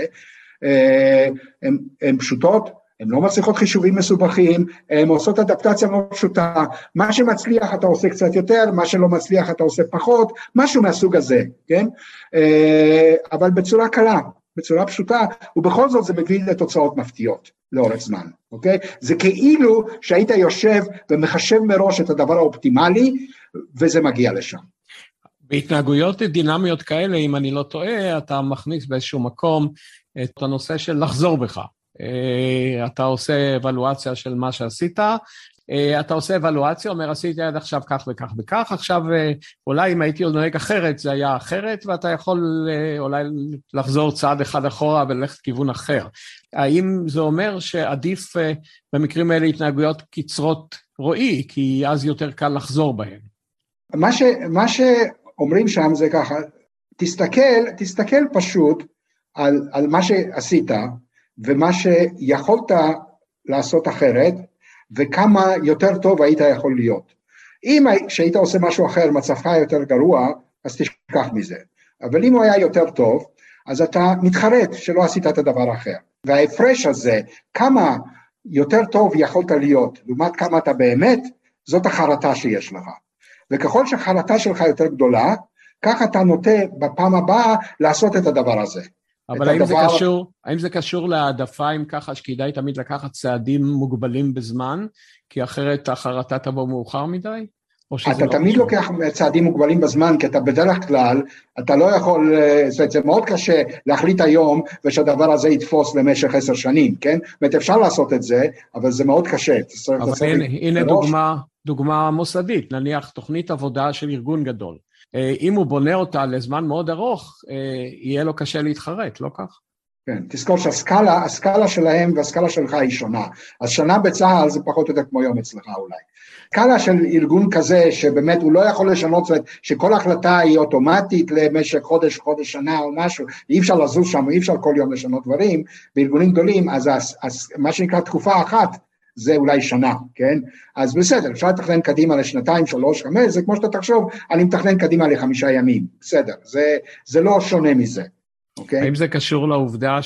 הן פשוטות, הן לא מצליחות חישובים מסובכים, הן עושות אדפטציה מאוד פשוטה, מה שמצליח אתה עושה קצת יותר, מה שלא מצליח אתה עושה פחות, משהו מהסוג הזה, כן? אבל בצורה קלה, בצורה פשוטה, ובכל זאת זה מביא לתוצאות מפתיעות, לאורך זמן, אוקיי? זה כאילו שהיית יושב ומחשב מראש את הדבר האופטימלי, וזה מגיע לשם. בהתנהגויות דינמיות כאלה, אם אני לא טועה, אתה מכניס באיזשהו מקום את הנושא של לחזור בך. אתה עושה אבלואציה של מה שעשית, אתה עושה אבלואציה, אומר עשיתי עד עכשיו כך וכך וכך, עכשיו אולי אם הייתי נוהג אחרת זה היה אחרת, ואתה יכול אולי לחזור צעד אחד אחורה וללכת כיוון אחר. האם זה אומר שעדיף במקרים האלה התנהגויות קצרות רואי, כי אז יותר קל לחזור בהן? מה שאומרים שם זה ככה, תסתכל פשוט על מה שעשית, ומה שיכולת לעשות אחרת, וכמה יותר טוב היית יכול להיות. אם שהיית עושה משהו אחר, מצבך יותר גרוע, אז תשכח מזה. אבל אם הוא היה יותר טוב, אז אתה מתחרט שלא עשית את הדבר האחר. וההפרש הזה, כמה יותר טוב יכולת להיות, לעומת כמה אתה באמת, זאת החרטה שיש לך. וככל שהחרטה שלך יותר גדולה, כך אתה נוטה בפעם הבאה לעשות את הדבר הזה. אבל האם זה קשור להעדפה אם ככה שכדאי תמיד לקחת צעדים מוגבלים בזמן, כי אחרת החרטה תבוא מאוחר מדי? אתה תמיד לוקח צעדים מוגבלים בזמן, כי אתה בדרך כלל, אתה לא יכול, זה מאוד קשה להחליט היום, ושהדבר הזה יתפוס למשך 10 שנים, כן? זאת אפשר לעשות את זה, אבל זה מאוד קשה. אבל הנה דוגמה מוסדית, נניח תוכנית עבודה של ארגון גדול. אם הוא בונה אותה לזמן מאוד ארוך, יהיה לו קשה להתחרט, לא כך? כן, תזכור שהסקאלה שלהם והסקאלה שלך היא שונה. אז שנה בצה"ל זה פחות או יותר כמו יום אצלך אולי. סקאלה של ארגון כזה שבאמת הוא לא יכול לשנות, שכל החלטה היא אוטומטית למשך חודש, שנה או משהו, אי אפשר לזוז שם, אי אפשר כל יום לשנות דברים, בארגונים גדולים, אז מה שנקרא תקופה אחת, זה אולי שנה, כן? אז בסדר, אפשר לתכנן קדימה לשנתיים, 3, 5, זה כמו שאתה תחשוב, אני מתכנן קדימה ל5 ימים, בסדר, זה לא שונה מזה. Okay. האם זה קשור לעובדה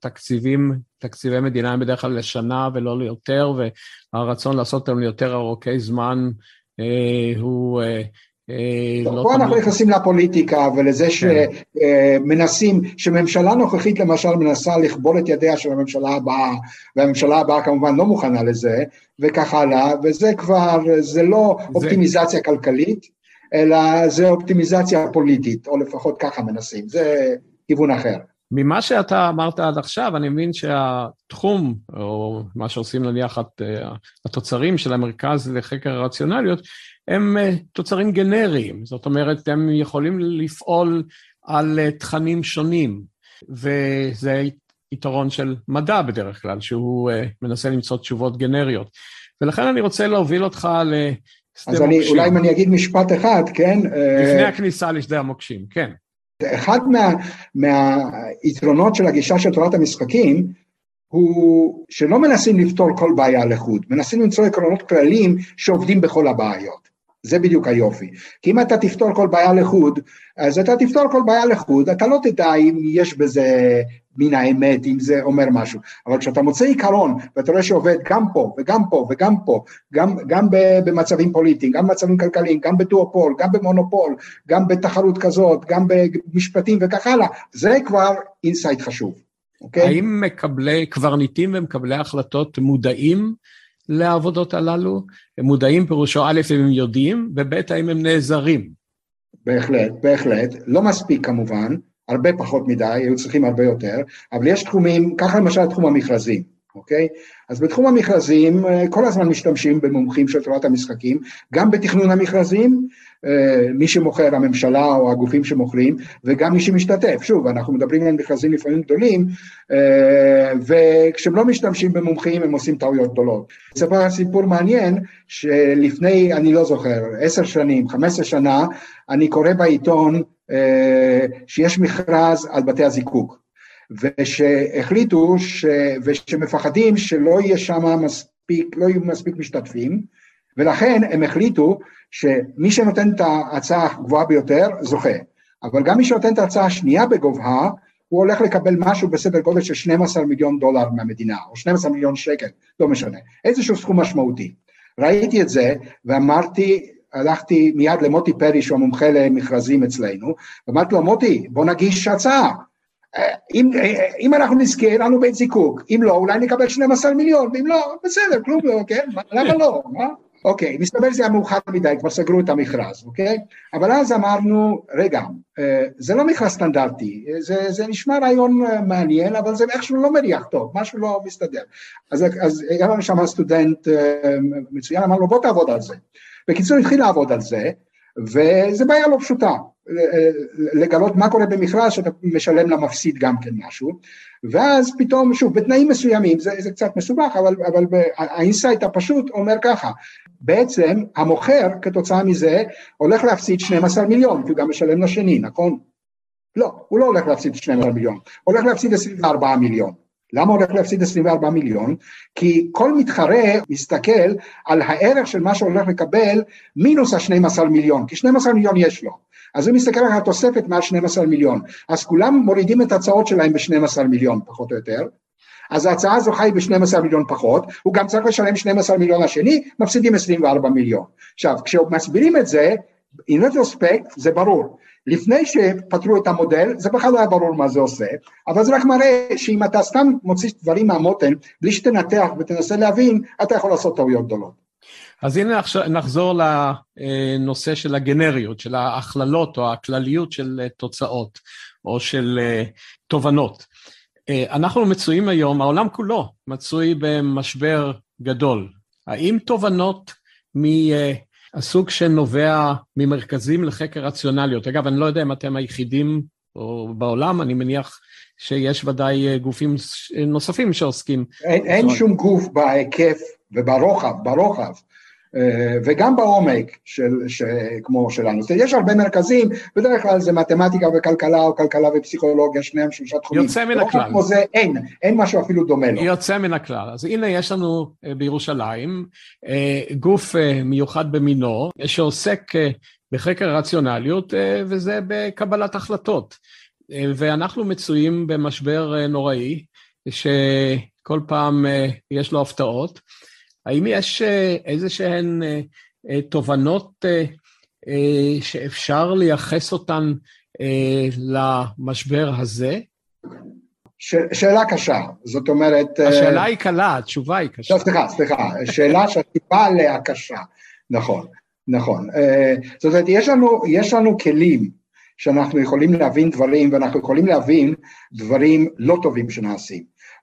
תקציבי מדינה הם בדרך כלל לשנה ולא ליותר, והרצון לעשות אותם ליותר ארוכי זמן הוא לא... פה אנחנו נכנסים לפוליטיקה ולזה שמנסים, שממשלה נוכחית למשל מנסה לכבול את ידיה של הממשלה הבאה, והממשלה הבאה כמובן לא מוכנה לזה, וכך הלאה, וזה כבר, זה לא אופטימיזציה כלכלית, אלא זה אופטימיזציה פוליטית, או לפחות ככה מנסים, זה... כיוון אחר. ממה שאתה אמרת עד עכשיו, אני מבין שהתחום, או מה שעושים נניח התוצרים של המרכז לחקר הרציונליות, הם תוצרים גנריים, זאת אומרת, הם יכולים לפעול על תכנים שונים, וזה יתרון של מדע בדרך כלל, שהוא מנסה למצוא תשובות גנריות. ולכן אני רוצה להוביל אותך לשדה מוקשים. אז אולי אם אני אגיד משפט אחד, כן? לפני הכניסה לשדה המוקשים, כן. אחד מהיתרונות של הגישה של תורת המשחקים, הוא שלא מנסים לפתור כל בעיה לחוד, מנסים למצוא עקרונות כלליים שעובדים בכל הבעיות. זה בדיוק היופי. כי אם אתה תפתור כל בעיה לחוד, אז אתה תפתור כל בעיה לחוד, אתה לא תדע אם יש בזה מן האמת, אם זה אומר משהו. אבל כשאתה מוצא עיקרון, ואתה רואה שעובד גם פה, וגם פה, וגם פה, גם במצבים פוליטיים, גם במצבים כלכליים, גם בדואופול, גם במונופול, גם בתחרות כזאת, גם במשפטים וכך הלאה, זה כבר אינסייט חשוב. אוקיי? האם קברניטים ומקבלי החלטות מודעים לעבודות הללו? הם מודעים פירושו א' אם הם יודעים, וב' האם הם נעזרים? בהחלט, לא מספיק כמובן, הרבה פחות מדי, היו צריכים הרבה יותר, אבל יש תחומים, ככה למשל תחום המכרזים, אוקיי? אז בתחום המכרזים, כל הזמן משתמשים במומחים של תורת המשחקים, גם בתכנון המכרזים, מי שמוכר, הממשלה או הגופים שמוכרים, וגם מי שמשתתף. שוב, אנחנו מדברים על מכרזים לפעמים גדולים, וכשהם לא משתמשים במומחים, הם עושים טעויות גדולות. אספר סיפור מעניין, שלפני, אני לא זוכר, 10 שנים, 15 שנה, אני קורא בעיתון, שיש מכרז על בתי הזיקוק, ושהחליטו ושמפחדים שלא יהיה שם מספיק, לא יהיו מספיק משתתפים, ולכן הם החליטו שמי שנותן את ההצעה הגבוהה ביותר זוכה, אבל גם מי שנותן את ההצעה השנייה בגובה, הוא הולך לקבל משהו בסדר גודל של $12 מיליון מהמדינה, או 12 מיליון שקל, לא משנה, איזשהו סכום משמעותי. ראיתי את זה ואמרתי, הלכתי מיד למוטי פרי, שהוא המומחה למכרזים אצלנו, ואמרתי לו, מוטי, בוא נגיש הצעה. אם אנחנו נזכה, לנו בית זיקוק, אם לא, אולי נקבל 12 מיליון, ואם לא, בסדר, כלום לא, כן? למה לא? אוקיי, מסתבר זה היה מאוחר מדי, כבר סגרו את המכרז, אוקיי? אבל אז אמרנו, רגע, זה לא מכרז סטנדרטי, זה נשמע רעיון מעניין, אבל זה איכשהו לא מריח טוב, משהו לא מסתדר. אז היה לנו שם סטודנט מצוין, אמרנו, בוא תעבוד על זה. בקיצור, התחיל לעבוד על זה, וזה בעיה לא פשוטה, לגלות מה קורה במכרז, שאתה משלם למפסיד גם כן משהו, ואז פתאום, שוב, בתנאים מסוימים, זה קצת מסובך, אבל האינסייט הפשוט אומר ככה, בעצם המוכר כתוצאה מזה, הולך להפסיד 12 מיליון, כי הוא גם משלם לשני, נכון? לא, הוא לא הולך להפסיד 12 מיליון, הוא הולך להפסיד 24 מיליון. למה הולך להפסיד 24 מיליון? כי כל מתחרה מסתכל על הערך של מה שהולך לקבל מינוס ה-12 מיליון, כי 12 מיליון יש לו. אז הוא מסתכל על התוספת מעל 12 מיליון. אז כולם מורידים את ההצעות שלהם ב-12 מיליון, פחות או יותר. אז ההצעה הזו חי ב-12 מיליון פחות, הוא גם צריך לשלם 12 מיליון השני, מפסידים 24 מיליון. עכשיו, כשמסבירים את זה, in retrospect זה ברור. לפני שפתרו את המודל, זה בכלל לא היה ברור מה זה עושה, אבל זה רק מראה שאם אתה סתם מוציא דברים מהמותן, בלי שתנתח ותנסה להבין, אתה יכול לעשות טעויות גדולות. אז הנה נחזור לנושא של הגנריות, של ההכללות או הכלליות של תוצאות, או של תובנות. אנחנו מצויים היום, העולם כולו מצוי במשבר גדול. האם תובנות מהסוג שנובע ממרכזים לחקר רציונליות? אגב, אני לא יודע אם אתם היחידים או בעולם, אני מניח שיש ודאי גופים נוספים שעוסקים. אין שום גוף בהיקף וברוחב, וגם בעומק כמו שלנו. יש הרבה מרכזים, בדרך כלל זה מתמטיקה וכלכלה, או כלכלה ופסיכולוגיה, שניהם שלושה תחומים. יוצא מן הכלל. כמו זה אין משהו אפילו דומה לו. יוצא מן הכלל. אז הנה יש לנו בירושלים, גוף מיוחד במינו, שעוסק בחקר רציונליות, וזה בקבלת החלטות. ואנחנו מצויים במשבר נוראי, שכל פעם יש לו הפתעות. האם יש איזה שהן תובנות שאפשר לייחס אותן למשבר הזה? שאלה קשה, זאת אומרת... השאלה היא קלה, התשובה היא קשה. סליחה, שאלה שהתשובה עליה קשה, נכון. זאת אומרת, יש לנו כלים שאנחנו יכולים להבין דברים, ואנחנו יכולים להבין דברים לא טובים שנעשים.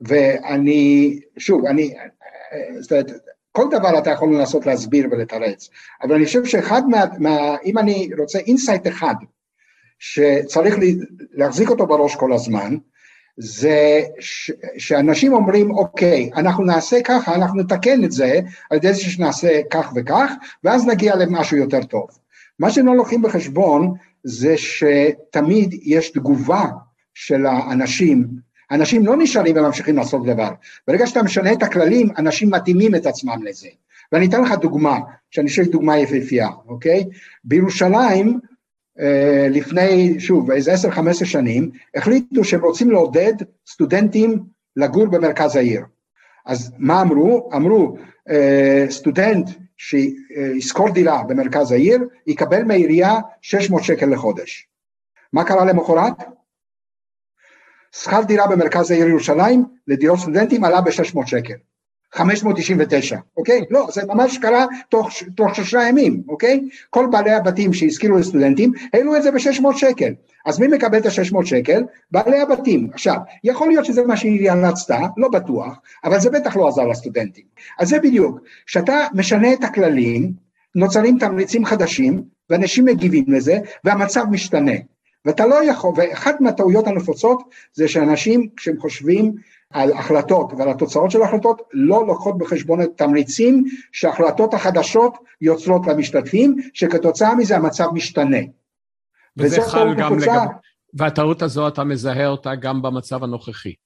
זאת אומרת, כל דבר אתה יכול לנסות להסביר ולתרץ, אבל אני חושב שאחד אם אני רוצה אינסייט אחד, שצריך להחזיק אותו בראש כל הזמן, זה שאנשים אומרים, אוקיי, אנחנו נעשה ככה, אנחנו נתקן את זה, על ידי זה שנעשה כך וכך, ואז נגיע למשהו יותר טוב. מה שהם לא לוקחים בחשבון, זה שתמיד יש תגובה של האנשים, אנשים לא נשארים וממשיכים לעשות דבר. ברגע שאתה משנה את הכללים, אנשים מתאימים את עצמם לזה. ואני אתן לך דוגמה, שאני חושב דוגמה יפהפייה, אוקיי? בירושלים, לפני, שוב, איזה 10-15 שנים, החליטו שהם רוצים לעודד סטודנטים לגור במרכז העיר. אז מה אמרו? אמרו, סטודנט שישכור דירה במרכז העיר, יקבל מהעירייה 600 שקל לחודש. מה קרה למחרת? שכר דירה במרכז העיר ירושלים, לדירות סטודנטים עלה ב-600 שקל. 599, אוקיי? לא, זה ממש קרה תוך 3 ימים, אוקיי? כל בעלי הבתים שהזכירו לסטודנטים, העלו את זה ב-600 שקל. אז מי מקבל את ה-600 שקל? בעלי הבתים. עכשיו, יכול להיות שזה מה שהיא רצתה, לא בטוח, אבל זה בטח לא עזר לסטודנטים. אז זה בדיוק, שאתה משנה את הכללים, נוצרים תמריצים חדשים, ואנשים מגיבים לזה, והמצב משתנה. ואתה לא יכול, ואחת מהטעויות הנפוצות, זה שאנשים, כשהם חושבים על החלטות ועל התוצאות של ההחלטות, לא לוקחות בחשבון את תמריצים שההחלטות החדשות יוצרות למשתתפים, שכתוצאה מזה המצב משתנה. וזה חל גם והטעות הזו אתה מזהה אותה גם במצב הנוכחי.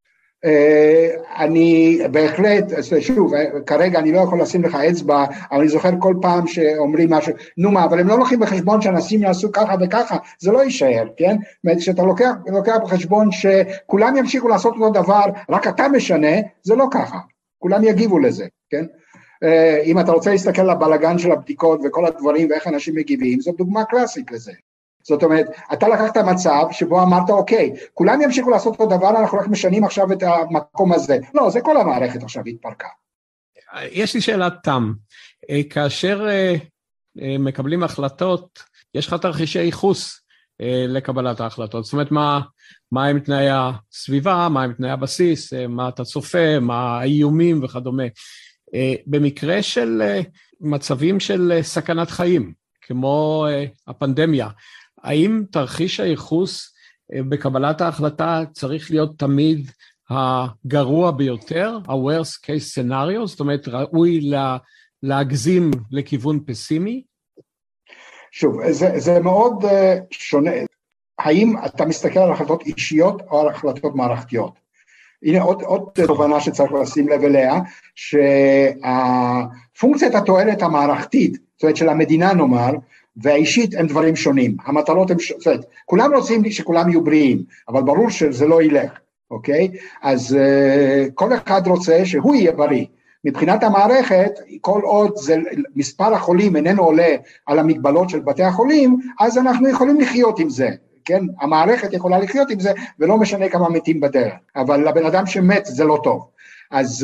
אני בהחלט, שוב, כרגע אני לא יכול לשים לך אצבע, אבל אני זוכר כל פעם שאומרים משהו, נו מה, אבל הם לא לוקחים בחשבון שאנשים יעשו ככה וככה, זה לא יישאר, כן? כשאתה לוקח בחשבון שכולם ימשיכו לעשות אותו דבר, רק אתה משנה, זה לא ככה, כולם יגיבו לזה, כן? אם אתה רוצה להסתכל על הבלגן של הבדיקות וכל הדברים ואיך אנשים מגיבים, זו דוגמה קלאסית לזה. זאת אומרת, אתה לקחת מצב שבו אמרת, אוקיי, כולם ימשיכו לעשות אותו דבר, אנחנו רק משנים עכשיו את המקום הזה. לא, זה כל המערכת עכשיו התפרקה. יש לי שאלת תם. כאשר מקבלים החלטות, יש לך תרחישי ייחוס לקבלת ההחלטות. זאת אומרת, מה הם תנאי הסביבה, מה הם תנאי הבסיס, מה אתה צופה, מה האיומים וכדומה. במקרה של מצבים של סכנת חיים, כמו הפנדמיה, האם תרחיש הייחוס בקבלת ההחלטה צריך להיות תמיד הגרוע ביותר, ה-worst case scenario, זאת אומרת ראוי להגזים לכיוון פסימי? שוב, זה מאוד שונה. האם אתה מסתכל על החלטות אישיות או על החלטות מערכתיות? הנה עוד תובנה שצריך לשים לב אליה, שהפונקציית התועלת המערכתית, זאת אומרת של המדינה נאמר, והאישית הם דברים שונים, המטלות הם, זאת אומרת, כולם רוצים שכולם יהיו בריאים, אבל ברור שזה לא ילך, אוקיי? אז כל אחד רוצה שהוא יהיה בריא, מבחינת המערכת, כל עוד מספר החולים איננו עולה על המגבלות של בתי החולים, אז אנחנו יכולים לחיות עם זה, כן? המערכת יכולה לחיות עם זה, ולא משנה כמה מתים בדרך, אבל לבן אדם שמת זה לא טוב. אז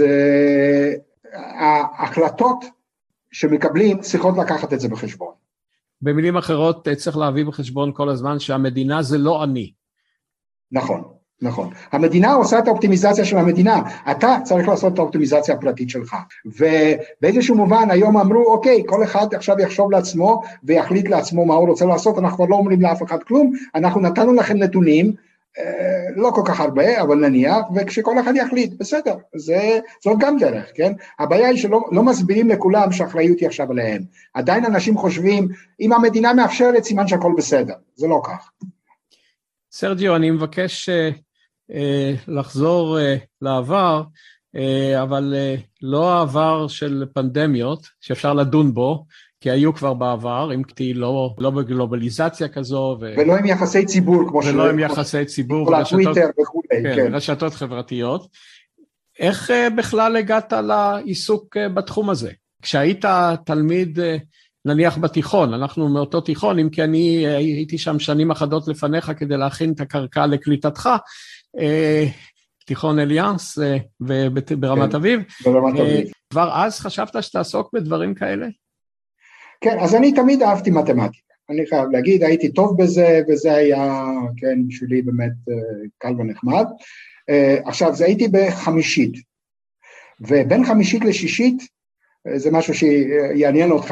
ההחלטות שמקבלים צריכות לקחת את זה בחשבון. במילים אחרות, צריך להביא בחשבון כל הזמן שהמדינה זה לא אני. נכון. נכון. המדינה עושה את האופטימיזציה של המדינה, אתה צריך לעשות את האופטימיזציה הפרטית שלך, ובאיזשהו מובן היום אמרו, אוקיי, כל אחד עכשיו יחשוב לעצמו, ויחליט לעצמו מה הוא רוצה לעשות, אנחנו כבר לא אומרים לאף אחד כלום, אנחנו נתנו לכם נתונים, לא כל כך הרבה, אבל נניח, וכשכל אחד יחליט, בסדר, זאת גם דרך, כן? הבעיה היא שלא מסבירים לכולם שהאחריות היא עכשיו עליהם, עדיין אנשים חושבים, אם המדינה מאפשרת, סימן שהכל בסדר, זה לא כך. סרג'יו, אני מבקש לחזור לעבר, אבל לא העבר של פנדמיות, שאפשר לדון בו, כי היו כבר בעבר, אם כי לא בגלובליזציה כזו. ולא עם יחסי ציבור, כמו ולא עם יחסי ציבור. טוויטר וכו'. כן, רשתות חברתיות. איך בכלל הגעת לעיסוק בתחום הזה? כשהיית תלמיד, נניח בתיכון, אנחנו מאותו תיכון, אם כי אני הייתי שם שנים אחדות לפניך כדי להכין את הקרקע לקליטתך, תיכון אליאנס ברמת אביב. ברמת אביב. כבר אז חשבת שתעסוק בדברים כאלה? כן, אז אני תמיד אהבתי מתמטיקה. אני חייב להגיד, הייתי טוב בזה, וזה היה, כן, בשבילי באמת קל ונחמד. עכשיו, זה הייתי בחמישית, ובין חמישית לשישית, זה משהו שיעניין אותך,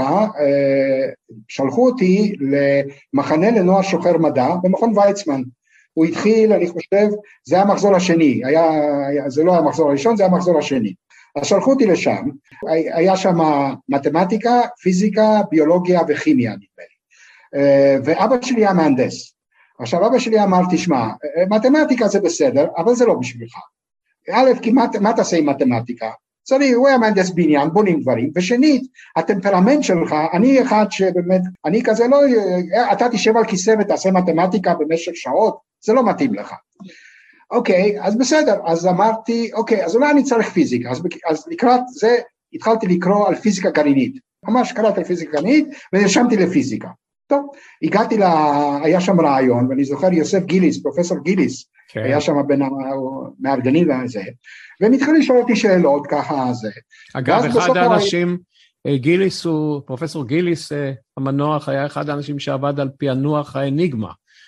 שלחו אותי למחנה לנוער שוחר מדע, במכון ויצמן. הוא התחיל, אני חושב, זה היה המחזור השני, זה לא היה המחזור הראשון, זה היה המחזור השני. אז שלחו אותי לשם, היה שם מתמטיקה, פיזיקה, ביולוגיה וכימיה, נדמה לי. ואבא שלי היה מהנדס. עכשיו, אבא שלי אמר, תשמע, מתמטיקה זה בסדר, אבל זה לא בשבילך. א', כי מה תעשה עם מתמטיקה? הוא היה מהנדס בניין, בונים דברים, ושנית, הטמפרמנט שלך, אני אחד שבאמת, אני כזה לא, אתה תשב על כיסא ותעשה מתמטיקה במשך שעות, זה לא מתאים לך. אוקיי, אז בסדר, אז אמרתי, אוקיי, אז אולי אני צריך פיזיקה, אז לקראת זה התחלתי לקרוא על פיזיקה גרעינית, ממש קראתי על פיזיקה גרעינית, ונרשמתי לפיזיקה. טוב, הגעתי היה שם רעיון, ואני זוכר יוסף גיליס, פרופסור גיליס, היה שם בין המארגנים והזה, והם התחילו לשאול אותי שאלות ככה זה. אגב, אחד האנשים, גיליס הוא, פרופסור גיליס המנוח, היה אחד האנשים שעבד על פענוח האניגמה,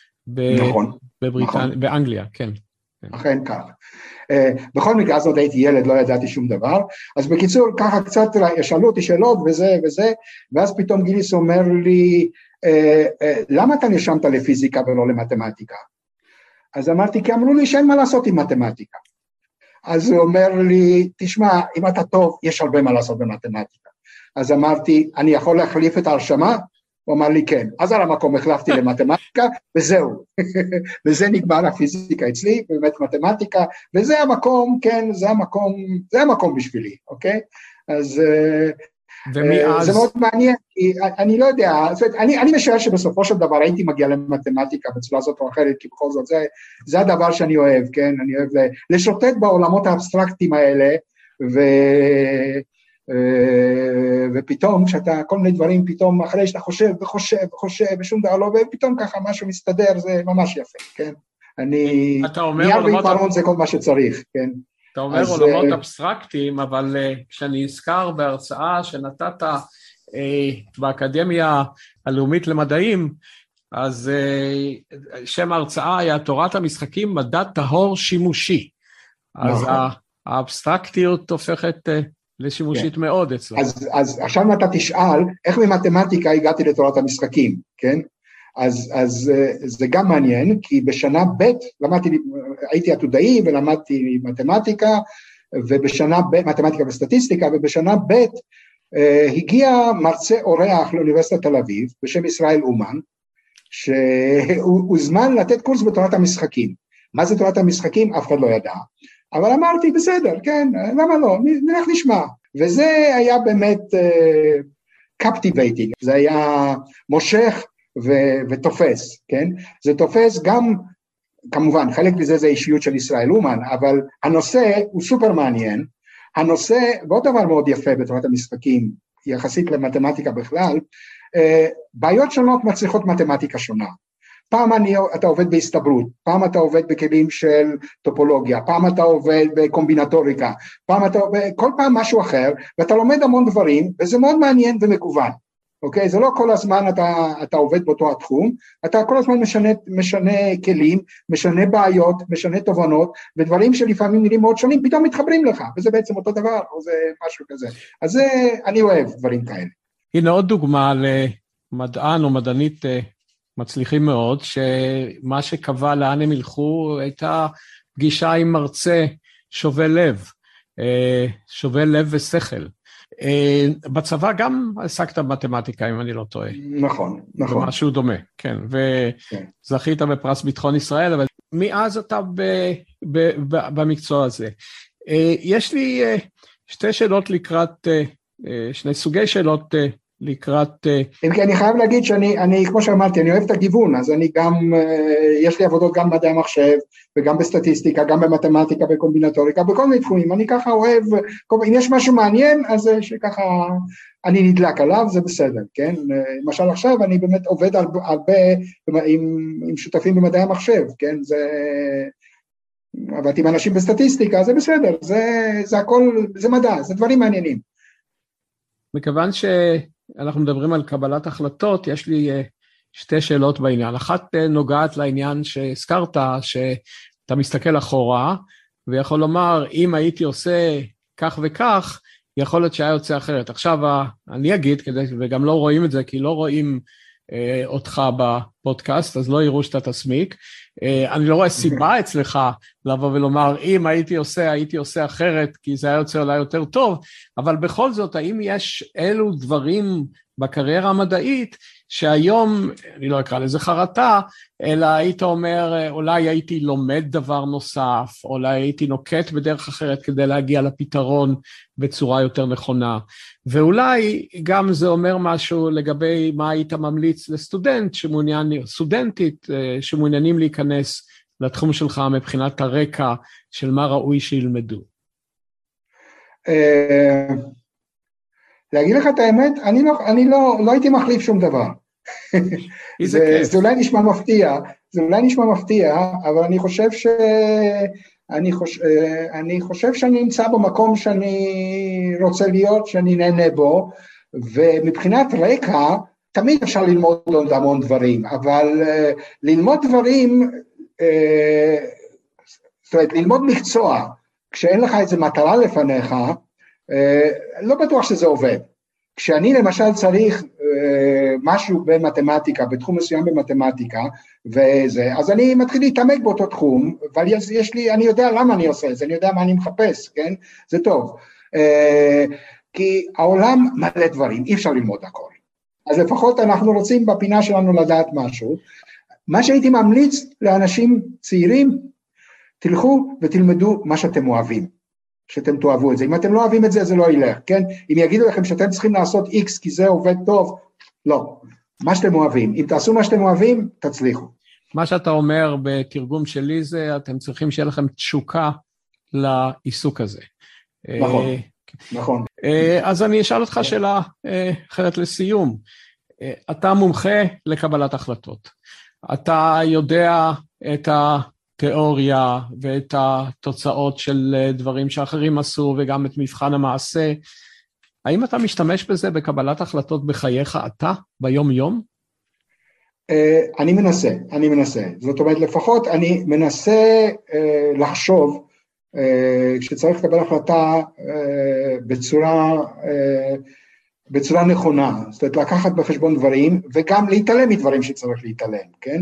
באנגליה, כן. אכן כך. בכל מקרה, אז עוד הייתי ילד, לא ידעתי שום דבר, אז בקיצור, ככה קצת שאלו אותי שאלות וזה וזה, ואז פתאום גיליס אומר לי, למה אתה נרשמת לפיזיקה ולא למתמטיקה? אז אמרתי, כי אמרו לי שאין מה לעשות עם מתמטיקה. אז הוא אומר לי, תשמע, אם אתה טוב, יש הרבה מה לעשות במתמטיקה. אז אמרתי, אני יכול להחליף את ההרשמה? הוא אמר לי, כן. אז על המקום החלפתי למתמטיקה, וזהו. וזה נגמר הפיזיקה אצלי, באמת מתמטיקה, וזה המקום, כן, זה המקום בשבילי, אוקיי? אז זה מאוד מעניין, כי אני לא יודע, אני משער שבסופו של דבר הייתי מגיע למתמטיקה בצורה זאת או אחרת, כי בכל זאת זה הדבר שאני אוהב, כן? אני אוהב לשוטט בעולמות האבסטרקטיים האלה, ופתאום כשאתה כל מיני דברים, פתאום אחרי שאתה חושב ושום דבר לא, ופתאום ככה משהו מסתדר, זה ממש יפה, כן? נייר ועיפרון זה כל מה שצריך, כן? אתה אומר עולמות אבסטרקטיים, אבל כשאני אזכר בהרצאה שנתת באקדמיה הלאומית למדעים, אז שם ההרצאה היה תורת המשחקים מדע טהור שימושי. אז האבסטרקטיות הופכת לשימושית מאוד אצלנו. אז עכשיו אתה תשאל, איך ממתמטיקה הגעתי לתורת המשחקים, כן? אז זה גם מעניין, כי בשנה ב' הייתי עתודאי ולמדתי מתמטיקה, ובשנה ב', מתמטיקה וסטטיסטיקה, ובשנה ב' הגיע מרצה אורח לאוניברסיטת תל אביב, בשם ישראל אומן, שהוא זמן לתת קורס בתורת המשחקים. מה זה תורת המשחקים? אף אחד לא ידע. אבל אמרתי, בסדר, כן, למה לא? נלך נשמע. וזה היה באמת captivating, זה היה מושך, ותופס, כן? זה תופס גם, כמובן, חלק מזה זה האישיות של ישראל אומן, אבל הנושא הוא סופר מעניין, הנושא, ועוד דבר מאוד יפה בתורת המשחקים, יחסית למתמטיקה בכלל, בעיות שונות מצריכות מתמטיקה שונה. פעם אתה עובד בהסתברות, פעם אתה עובד בכלים של טופולוגיה, פעם אתה עובד בקומבינטוריקה, כל פעם משהו אחר, ואתה לומד המון דברים, וזה מאוד מעניין ומגוון. אוקיי? זה לא כל הזמן אתה עובד באותו התחום, אתה כל הזמן משנה כלים, משנה בעיות, משנה תובנות, ודברים שלפעמים נראים מאוד שונים, פתאום מתחברים לך, וזה בעצם אותו דבר, או זה משהו כזה. אז זה, אני אוהב דברים כאלה. הנה עוד דוגמה למדען או מדענית מצליחים מאוד, שמה שקבע לאן הם ילכו, הייתה פגישה עם מרצה שובל לב ושכל. בצבא גם עסקת במתמטיקה, אם אני לא טועה. נכון, נכון. משהו דומה, כן, וזכית בפרס ביטחון ישראל, אבל מאז אתה במקצוע הזה. יש לי שני סוגי שאלות לקראת... אם כי אני חייב להגיד שאני, כמו שאמרתי, אני אוהב את הגיוון, אז אני גם, יש לי עבודות גם במדעי המחשב, וגם בסטטיסטיקה, גם במתמטיקה, בקומבינטוריקה, בכל מיני תחומים, אני ככה אוהב, אם יש משהו מעניין, אז שככה אני נדלק עליו, זה בסדר, כן? למשל עכשיו אני באמת עובד הרבה עם שותפים במדעי המחשב, כן? עבדתי עם אנשים בסטטיסטיקה, זה בסדר, זה הכל, זה מדע, זה דברים מעניינים. מכיוון שאנחנו מדברים על קבלת החלטות, יש לי שתי שאלות בעניין. אחת נוגעת לעניין שהזכרת, שאתה מסתכל אחורה, ויכול לומר, אם הייתי עושה כך וכך, יכול להיות שהיה יוצא אחרת. עכשיו, אני אגיד, וגם לא רואים את זה, כי לא רואים אותך בפודקאסט, אז לא יראו שאתה תסמיק. אני לא רואה סיבה אצלך לבוא ולומר, אם הייתי עושה אחרת, כי זה היה יוצא אולי יותר טוב, אבל בכל זאת, האם יש אילו דברים בקריירה המדעית, שהיום, אני לא אקרא לזה חרטה, אלא היית אומר, אולי הייתי לומד דבר נוסף, אולי הייתי נוקט בדרך אחרת כדי להגיע לפתרון בצורה יותר נכונה, ואולי גם זה אומר משהו לגבי מה היית ממליץ סטודנטית שמעוניינים להיכנס לתחום שלך מבחינת הרקע של מה ראוי שילמדו. להגיד לך את האמת, אני לא הייתי מחליף שום דבר. זה אולי נשמע מפתיע, אבל אני חושב שאני נמצא במקום שאני רוצה להיות, שאני נהנה בו, ומבחינת רקע, תמיד אפשר ללמוד עוד המון דברים, אבל ללמוד דברים, זאת אומרת, ללמוד מקצוע, כשאין לך איזו מטרה לפניך, לא בטוח שזה עובד. כשאני למשל צריך משהו במתמטיקה, בתחום מסוים במתמטיקה, אז אני מתחיל להתעמק באותו תחום, אבל אני יודע למה אני עושה את זה, אני יודע מה אני מחפש, כן? זה טוב. כי העולם מלא דברים, אי אפשר ללמוד הכל. אז לפחות אנחנו רוצים בפינה שלנו לדעת משהו. מה שהייתי ממליץ לאנשים צעירים, תלכו ותלמדו מה שאתם אוהבים. שאתם תאהבו את זה. אם אתם לא אוהבים את זה, זה לא ילך, כן? אם יגידו לכם שאתם צריכים לעשות X כי זה עובד טוב, לא. מה שאתם אוהבים. אם תעשו מה שאתם אוהבים, תצליחו. מה שאתה אומר בתרגום שלי זה, אתם צריכים שיהיה לכם תשוקה לעיסוק הזה. נכון, נכון. אז אני אשאל אותך שאלה אחרת לסיום. אתה מומחה לקבלת החלטות. אתה יודע את התיאוריה ואת התוצאות של דברים שאחרים עשו וגם את מבחן המעשה. האם אתה משתמש בזה בקבלת החלטות בחייך אתה ביום יום? אני מנסה. זאת אומרת, לפחות אני מנסה לחשוב כשצריך לקבל החלטה בצורה נכונה, זאת אומרת, לקחת בחשבון דברים וגם להתעלם מדברים שצריך להתעלם, כן?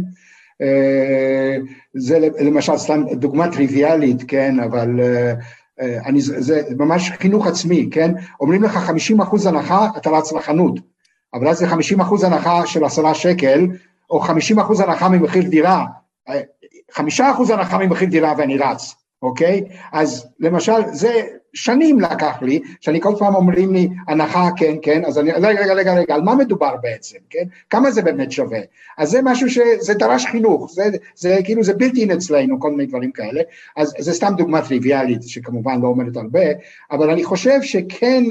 זה למשל סתם דוגמה טריוויאלית, כן, אבל זה ממש חינוך עצמי, כן, אומרים לך 50% הנחה, אתה רץ לחנות, אבל אז זה 50% הנחה של 10 שקל, או 50% הנחה ממחיר דירה, 5% הנחה ממחיר דירה ואני רץ, אוקיי? אז למשל, זה שנים לקח לי, שאני כל פעם אומרים לי, הנחה, כן, כן, אז אני, רגע, על מה מדובר בעצם, כן? כמה זה באמת שווה? אז זה משהו שזה דרש חינוך, זה כאילו, זה בלתי אצלנו, כל מיני דברים כאלה, אז זה סתם דוגמה טריוויאלית, שכמובן לא אומרת הרבה, אבל אני חושב שכן,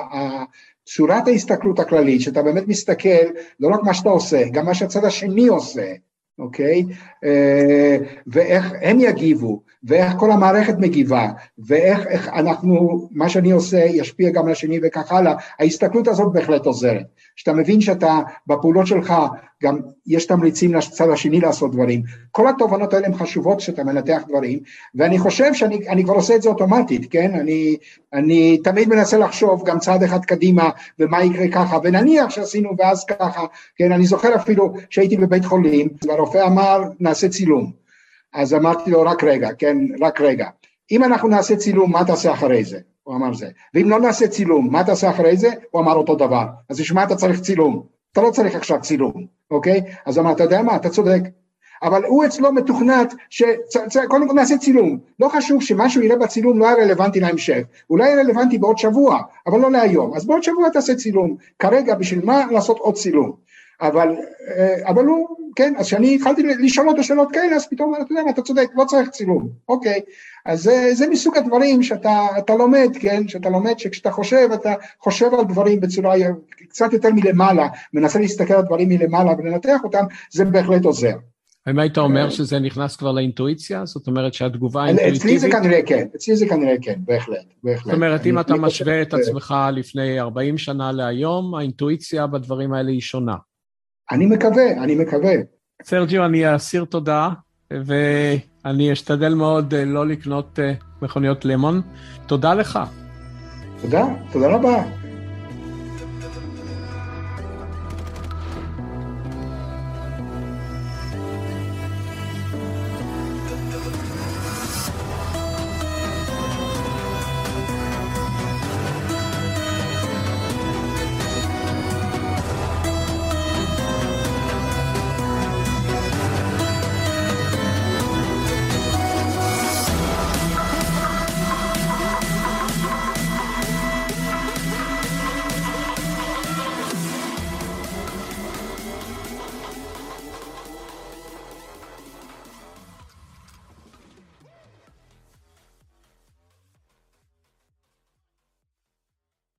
צורת ההסתכלות הכללית, שאתה באמת מסתכל, לא רק מה שאתה עושה, גם מה שהצד השני עושה, אוקיי? ואיך הם יגיבו, ואיך כל המערכת מגיבה, ואיך אנחנו, מה שאני עושה ישפיע גם לשני וכך הלאה, ההסתכלות הזאת בהחלט עוזרת. שאתה מבין שאתה בפעולות שלך, גם יש תמריצים לצד השני לעשות דברים, כל התובנות האלה הן חשובות שאתה מנתח דברים, ואני חושב שאני כבר עושה את זה אוטומטית, כן? אני תמיד מנסה לחשוב גם צעד אחד קדימה, ומה יקרה ככה, ונניח שעשינו ואז ככה, כן? אני זוכר אפילו שהייתי בבית חולים, והרופא אמר, נעשה צילום. אז אמרתי לו, רק רגע, כן? רק רגע. אם אנחנו נעשה צילום, מה תעשה אחרי זה? הוא אמר זה. ואם לא נעשה צילום, מה תעשה אחרי זה? הוא אמר אותו דבר. אז בשביל מה אתה צריך צילום? אתה לא צריך עכשיו צילום, אוקיי? אז הוא אמר, אתה יודע מה? אתה צודק. אבל הוא אצלו מתוכנת, קודם כל נעשה צילום. לא חשוב שמשהו יראה בצילום לא היה רלוונטי להמשך. אולי יהיה רלוונטי בעוד שבוע, אבל לא להיום. אז בעוד שבוע תעשה צילום. כרגע, בשביל מה לעשות עוד צילום? אבל הוא, כן, אז שאני התחלתי לשאול אותו שאלות כאלה, אז פתאום, אתה יודע מה, אתה צודק, לא צריך צילום, אוקיי, אז זה מסוג הדברים שאתה לומד, כן, שאתה לומד שכשאתה חושב, אתה חושב על דברים בצורה קצת יותר מלמעלה, מנסה להסתכל על דברים מלמעלה ולנתח אותם, זה בהחלט עוזר. האם היית אומר שזה נכנס כבר לאינטואיציה? זאת אומרת שהתגובה האינטואיטיבית? אצלי זה כנראה כן, בהחלט. זאת אומרת, אם אתה משווה את עצמך לפני 40 שנה להיום, האינטואיציה בדברים האלה היא שונה. אני מקווה. סרג'יו, אני אסיר תודה, ואני אשתדל מאוד לא לקנות מכוניות למון. תודה לך. תודה רבה.